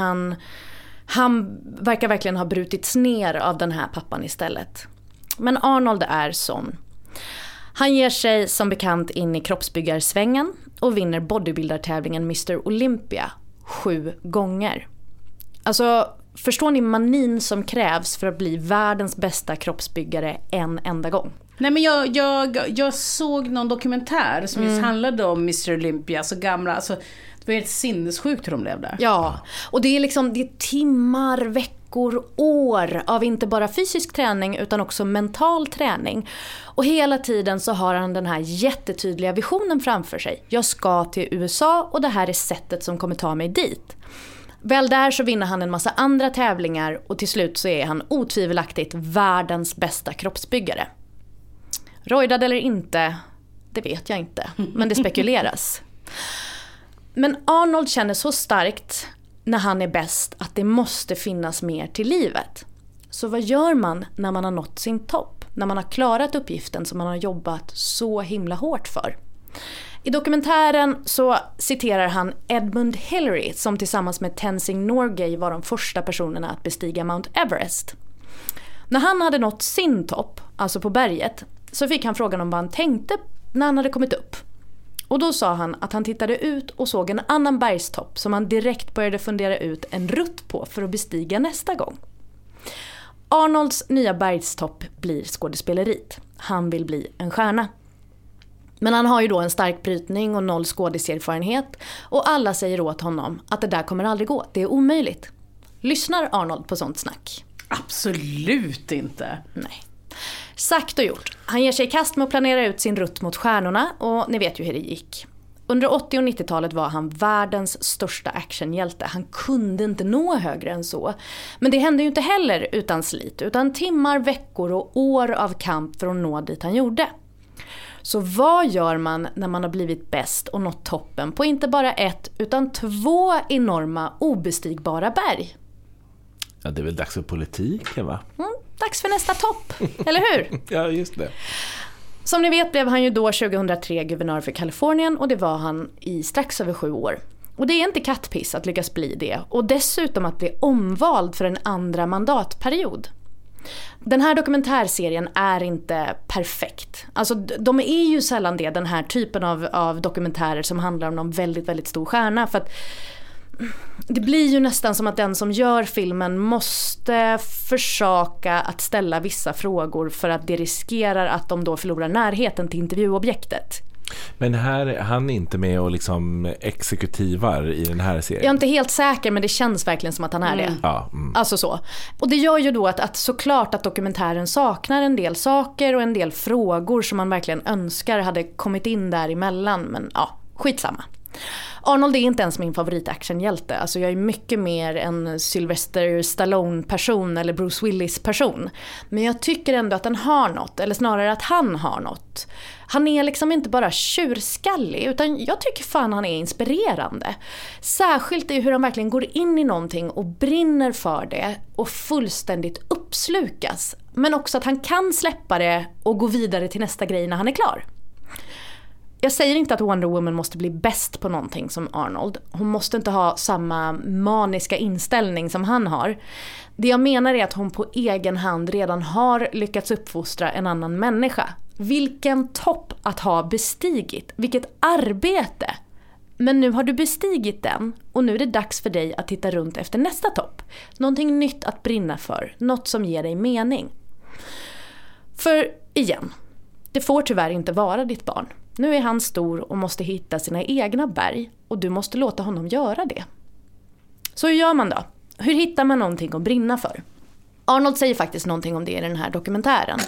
han verkar verkligen ha brutits ner av den här pappan istället. Men Arnold är sån. Han ger sig som bekant in i kroppsbyggarsvängen och vinner bodybuildartävlingen Mr. Olympia 7 gånger. Alltså, förstår ni manin som krävs för att bli världens bästa kroppsbyggare en enda gång? Nej, men jag såg någon dokumentär som just handlade om Mr. Olympia, så gamla, alltså det var helt sinnessjukt hur de levde. Ja, och det är liksom det är timmar, veckor, år av inte bara fysisk träning utan också mental träning. Och hela tiden så har han den här jättetydliga visionen framför sig. Jag ska till USA och det här är sättet som kommer ta mig dit. Väl där så vinner han en massa andra tävlingar och till slut så är han otvivelaktigt världens bästa kroppsbyggare. Rojdad eller inte, det vet jag inte, men det spekuleras. Men Arnold känner så starkt när han är bäst att det måste finnas mer till livet. Så vad gör man när man har nått sin topp? När man har klarat uppgiften som man har jobbat så himla hårt för? I dokumentären så citerar han Edmund Hillary som tillsammans med Tenzing Norgay var de första personerna att bestiga Mount Everest. När han hade nått sin topp, alltså på berget, så fick han frågan om vad han tänkte när han hade kommit upp. Och då sa han att han tittade ut och såg en annan bergstopp som han direkt började fundera ut en rutt på för att bestiga nästa gång. Arnolds nya bergstopp blir skådespeleriet. Han vill bli en stjärna. Men han har ju då en stark brytning och 0 skådeserfarenhet och alla säger åt honom att det där kommer aldrig gå, det är omöjligt. Lyssnar Arnold på sånt snack? Absolut inte. Nej. Sagt och gjort. Han ger sig i kast med att planera ut sin rutt mot stjärnorna och ni vet ju hur det gick. Under 80- och 90-talet var han världens största actionhjälte. Han kunde inte nå högre än så. Men det hände ju inte heller utan slit, utan timmar, veckor och år av kamp för att nå dit han gjorde. Så vad gör man när man har blivit bäst och nått toppen på inte bara 1 utan 2 enorma obestigbara berg? Ja, det är väl dags för politiken, va? Dags för nästa topp, eller hur? Ja, just det. Som ni vet blev han ju då 2003 guvernör för Kalifornien och det var han i strax över 7 år. Och det är inte kattpiss att lyckas bli det och dessutom att bli omvald för en andra mandatperiod. Den här dokumentärserien är inte perfekt. Alltså de är ju sällan det, den här typen av dokumentärer som handlar om någon väldigt, väldigt stor stjärna, för att det blir ju nästan som att den som gör filmen måste försöka att ställa vissa frågor för att det riskerar att de då förlorar närheten till intervjuobjektet. Men här, han är inte med och liksom exekutivar i den här serien. Jag är inte helt säker, men det känns verkligen som att han är det. Ja, Alltså så. Och det gör ju då att såklart att dokumentären saknar en del saker och en del frågor som man verkligen önskar hade kommit in däremellan. Men ja, skitsamma. Arnold är inte ens min favoritactionhjälte. Alltså jag är mycket mer en Sylvester Stallone-person eller Bruce Willis-person. Men jag tycker ändå att den har något, eller snarare att han har något. Han är liksom inte bara tjurskallig, utan jag tycker fan han är inspirerande. Särskilt i hur han verkligen går in i någonting och brinner för det och fullständigt uppslukas. Men också att han kan släppa det och gå vidare till nästa grej när han är klar. Jag säger inte att Wonder Woman måste bli bäst på någonting som Arnold. Hon måste inte ha samma maniska inställning som han har. Det jag menar är att hon på egen hand redan har lyckats uppfostra en annan människa. Vilken topp att ha bestigit. Vilket arbete. Men nu har du bestigit den och nu är det dags för dig att titta runt efter nästa topp. Någonting nytt att brinna för. Något som ger dig mening. För igen, det får tyvärr inte vara ditt barn. Nu är han stor och måste hitta sina egna berg och du måste låta honom göra det. Så hur gör man då? Hur hittar man någonting att brinna för? Arnold säger faktiskt någonting om det i den här dokumentären.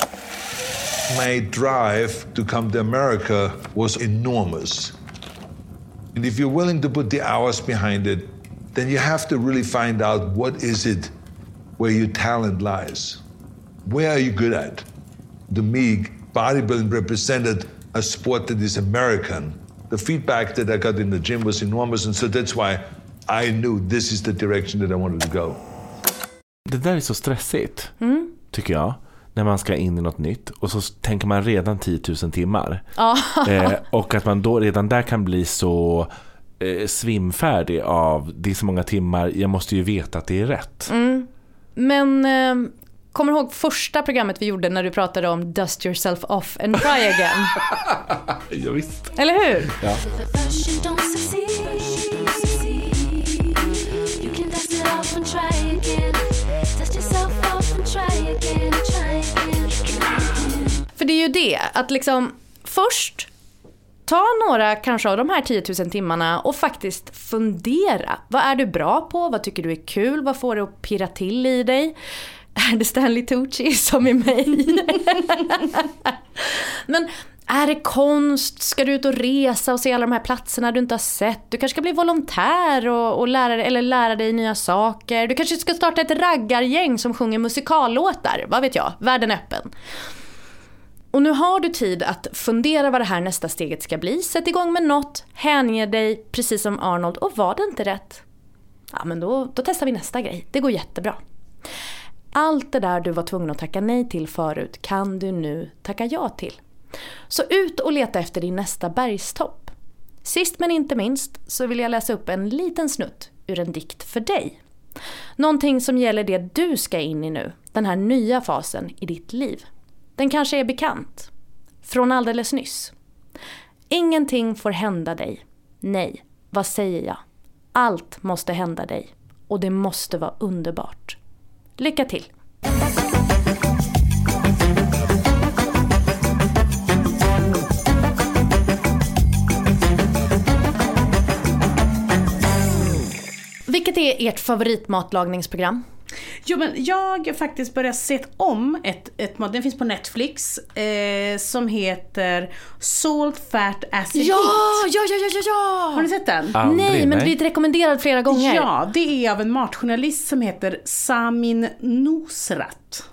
My drive to come to America was enormous. And if you're willing to put the hours behind it, then you have to really find out what is it where your talent lies. Where are you good at? to me, bodybuilding represented a sport that is American. The feedback that I got in the gym was enormous, and so that's why I knew this is the direction that I wanted to go. Det där är så stressigt, tycker jag, när man ska in i något nytt. Och så tänker man redan 10 000 timmar. Och att man då redan där kan bli så svimfärdig av det är så många timmar, jag måste ju veta att det är rätt. Men kommer du ihåg första programmet vi gjorde när du pratade om dust yourself off and try again? Ja, visst. Eller hur? Ja. För det är ju det, att liksom först ta några kanske av de här 10 000 timmarna och faktiskt fundera. Vad är du bra på? Vad tycker du är kul? Vad får du att pirra till i dig? Är det Stanley Tucci som är mig? Men är det konst? Ska du ut och resa och se alla de här platserna du inte har sett? Du kanske ska bli volontär och lära dig nya saker. Du kanske ska starta ett raggargäng som sjunger musikallåtar. Vad vet jag? Världen öppen. Och nu har du tid att fundera vad det här nästa steget ska bli. Sätt igång med något, hänge dig precis som Arnold. Och var det inte rätt? Ja, men då testar vi nästa grej. Det går jättebra. Allt det där du var tvungen att tacka nej till förut kan du nu tacka ja till. Så ut och leta efter din nästa bergstopp. Sist men inte minst så vill jag läsa upp en liten snutt ur en dikt för dig. Någonting som gäller det du ska in i nu. Den här nya fasen i ditt liv. Den kanske är bekant. Från alldeles nyss. Ingenting får hända dig. Nej, vad säger jag? Allt måste hända dig. Och det måste vara underbart. Lycka till! Vilket är ert favoritmatlagningsprogram? Jo, men jag faktiskt börjat se om den finns på Netflix som heter Salt, Fat, Acid, Ja! Har ni sett den? Nej, men blivit rekommenderad flera gånger. Ja, det är av en matjournalist som heter Samin Nosrat.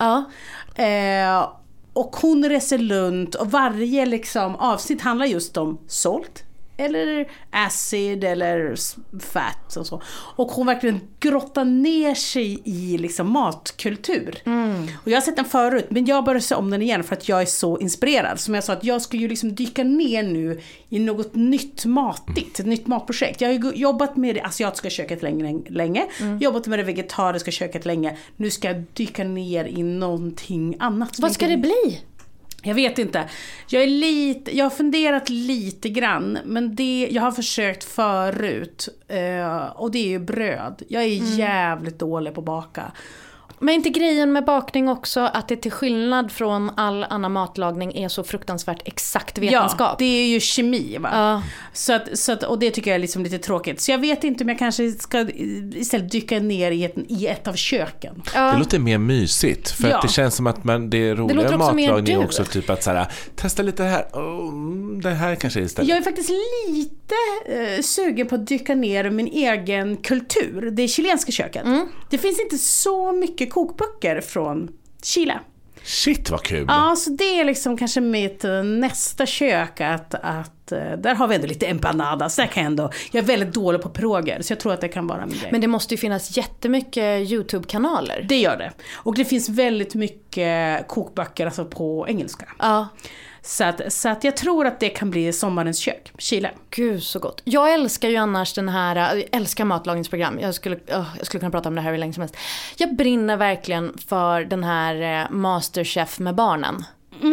Och hon reser runt och varje liksom avsnitt handlar just om salt eller acid eller fat och så. Och hon verkligen grottar ner sig i liksom matkultur. Och jag har sett den förut, men jag börjar se om den igen för att jag är så inspirerad. Som jag sa, att jag skulle ju liksom dyka ner nu i något nytt matigt, ett nytt matprojekt. Jag har ju jobbat med det asiatiska köket länge. Jobbat med det vegetariska köket länge. Nu ska jag dyka ner i någonting annat. Vad ska det bli? Jag vet inte. Jag har funderat lite grann, men jag har försökt förut. Och det är ju bröd. Jag är jävligt dålig på att baka. Men inte grejen med bakning också att det till skillnad från all annan matlagning är så fruktansvärt exakt vetenskap? Ja, det är ju kemi, va? Så att, och det tycker jag är liksom lite tråkigt. Så jag vet inte om jag kanske ska istället dyka ner i ett av köken. Det låter mer mysigt, för att det känns som att det roliga matlagning är också typ att såhär, testa lite här. Det här kanske är istället. Jag är faktiskt lite sugen på att dyka ner i min egen kultur. Det är chilenska köket. Det finns inte så mycket kokböcker från Chile. Shit, vad kul. Ja, så det är liksom kanske mitt nästa kök att där har vi ändå lite empanadas. Där kan jag är väldigt dålig på piroger, så jag tror att det kan vara min grej. Men det måste ju finnas jättemycket YouTube-kanaler. Det gör det. Och det finns väldigt mycket kokböcker alltså på engelska. Ja. Så att jag tror att det kan bli sommarens kök, Chile. Gud så gott. Jag älskar ju annars jag älskar matlagningsprogram. Jag skulle kunna prata om det här hur länge som helst. Jag brinner verkligen för den här Masterchef med barnen.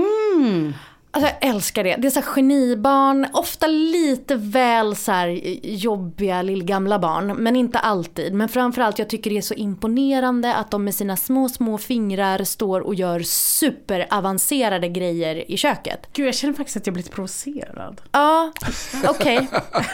Alltså jag älskar det. Det är så här genibarn, ofta lite väl så här jobbiga lillgamla barn, men inte alltid. Men framförallt jag tycker det är så imponerande att de med sina små fingrar står och gör superavancerade grejer i köket. Gud, jag känner faktiskt att jag blir lite provocerad. Ja, okej.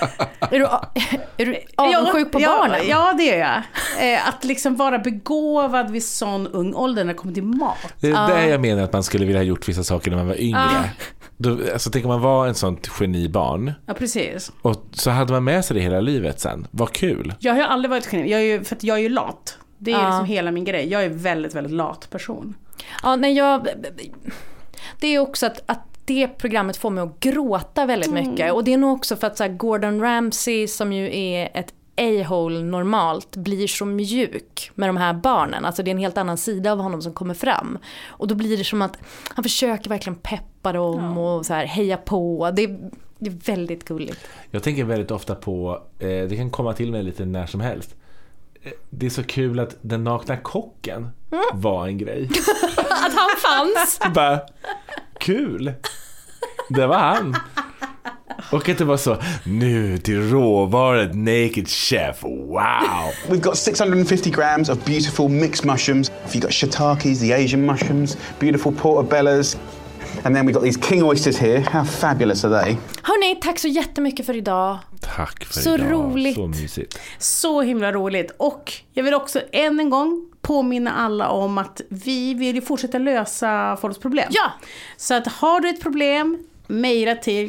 Är du avundsjuk på barnen? Ja, det är jag. Att liksom vara begåvad vid sån ung ålder när det kommer till mat. Det är där jag menar att man skulle vilja ha gjort vissa saker när man var yngre. Alltså tänker man vara en sånt genibarn. Ja, precis. Och så hade man med sig det hela livet sen. Vad kul. Jag har ju aldrig varit geni. För att jag är ju lat. Det är liksom hela min grej. Jag är väldigt, väldigt lat person. Ja, det är också att det programmet får mig att gråta väldigt mycket. Och det är nog också för att så här, Gordon Ramsay, som ju är ett a-hole normalt, blir så mjuk med de här barnen. Alltså det är en helt annan sida av honom som kommer fram. Och då blir det som att han försöker verkligen peppa dem och så här, heja på. Det är väldigt gulligt. Jag tänker väldigt ofta på, det kan komma till mig lite när som helst. Det är så kul att den nakna kocken var en grej. Att han fanns. Bara, kul. Det var han. Och att det var så, nu till råvaret Naked Chef, wow! We've got 650 grams of beautiful mixed mushrooms. You've got shiitakes, the Asian mushrooms, beautiful portobellas. And then we've got these king oysters here. How fabulous are they? Hörrni, tack så jättemycket för idag. Tack för så idag. Roligt. Så mysigt. Så himla roligt. Och jag vill också än en gång påminna alla om att vi vill fortsätta lösa folks problem. Ja! Så att har du ett problem, mejla till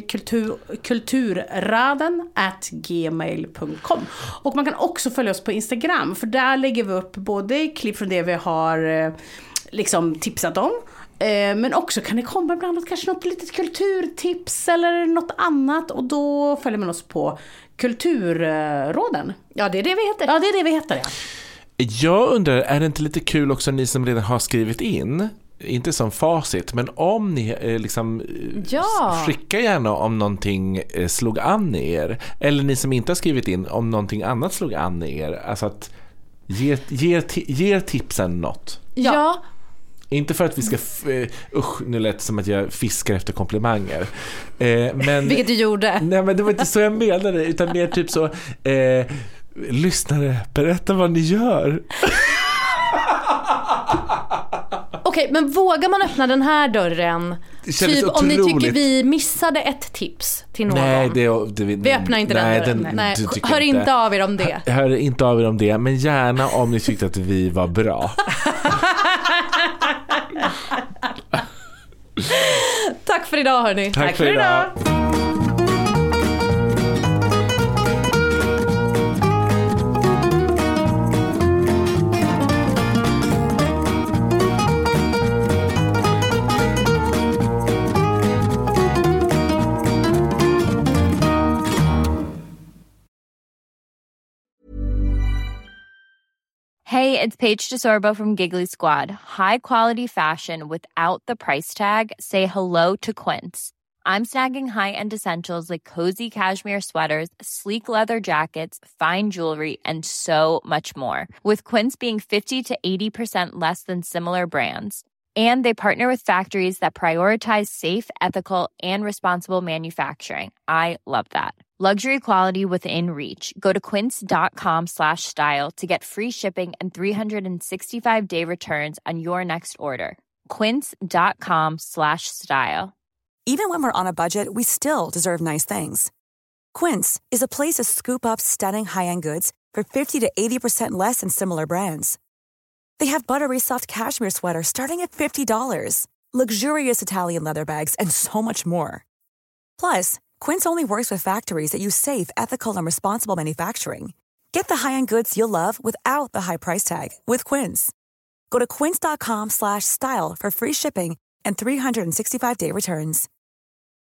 kulturraden@gmail.com. Och man kan också följa oss på Instagram, för där lägger vi upp både klipp från det vi har liksom tipsat om, men också kan det komma ibland kanske något litet kulturtips eller något annat, och då följer man oss på Kulturråden. Ja, det är det vi heter. Ja, det är det vi heter, ja. Jag undrar, är det inte lite kul också ni som redan har skrivit in, inte som facit, men om ni liksom skicka gärna om någonting slog an er, eller ni som inte har skrivit in om någonting annat slog an er, alltså att ge tipsen något. Ja. Inte för att vi ska nu lät det som att jag fiskar efter komplimanger, men vilket du gjorde. Nej, men det var inte så jag menade, utan mer typ så, lyssnare, berätta vad ni gör. Okej, men vågar man öppna den här dörren? Typ om ni tycker vi missade ett tips till någon. Nej, vi öppnar inte den dörren. Nej. Hör inte av er om det. Hör inte av er om det, men gärna om ni tyckte att vi var bra. Tack för idag, hörni. Tack för idag. Hey, it's Paige DeSorbo from Giggly Squad. High quality fashion without the price tag. Say hello to Quince. I'm snagging high-end essentials like cozy cashmere sweaters, sleek leather jackets, fine jewelry, and so much more. With Quince being 50 to 80% less than similar brands. And they partner with factories that prioritize safe, ethical, and responsible manufacturing. I love that. Luxury quality within reach. Go to quince.com/style to get free shipping and 365-day returns on your next order. Quince.com/style. Even when we're on a budget, we still deserve nice things. Quince is a place to scoop up stunning high-end goods for 50 to 80% less than similar brands. They have buttery soft cashmere sweaters starting at $50, luxurious Italian leather bags, and so much more. Plus, Quince only works with factories that use safe, ethical, and responsible manufacturing. Get the high-end goods you'll love without the high price tag with Quince. Go to quince.com/style for free shipping and 365-day returns.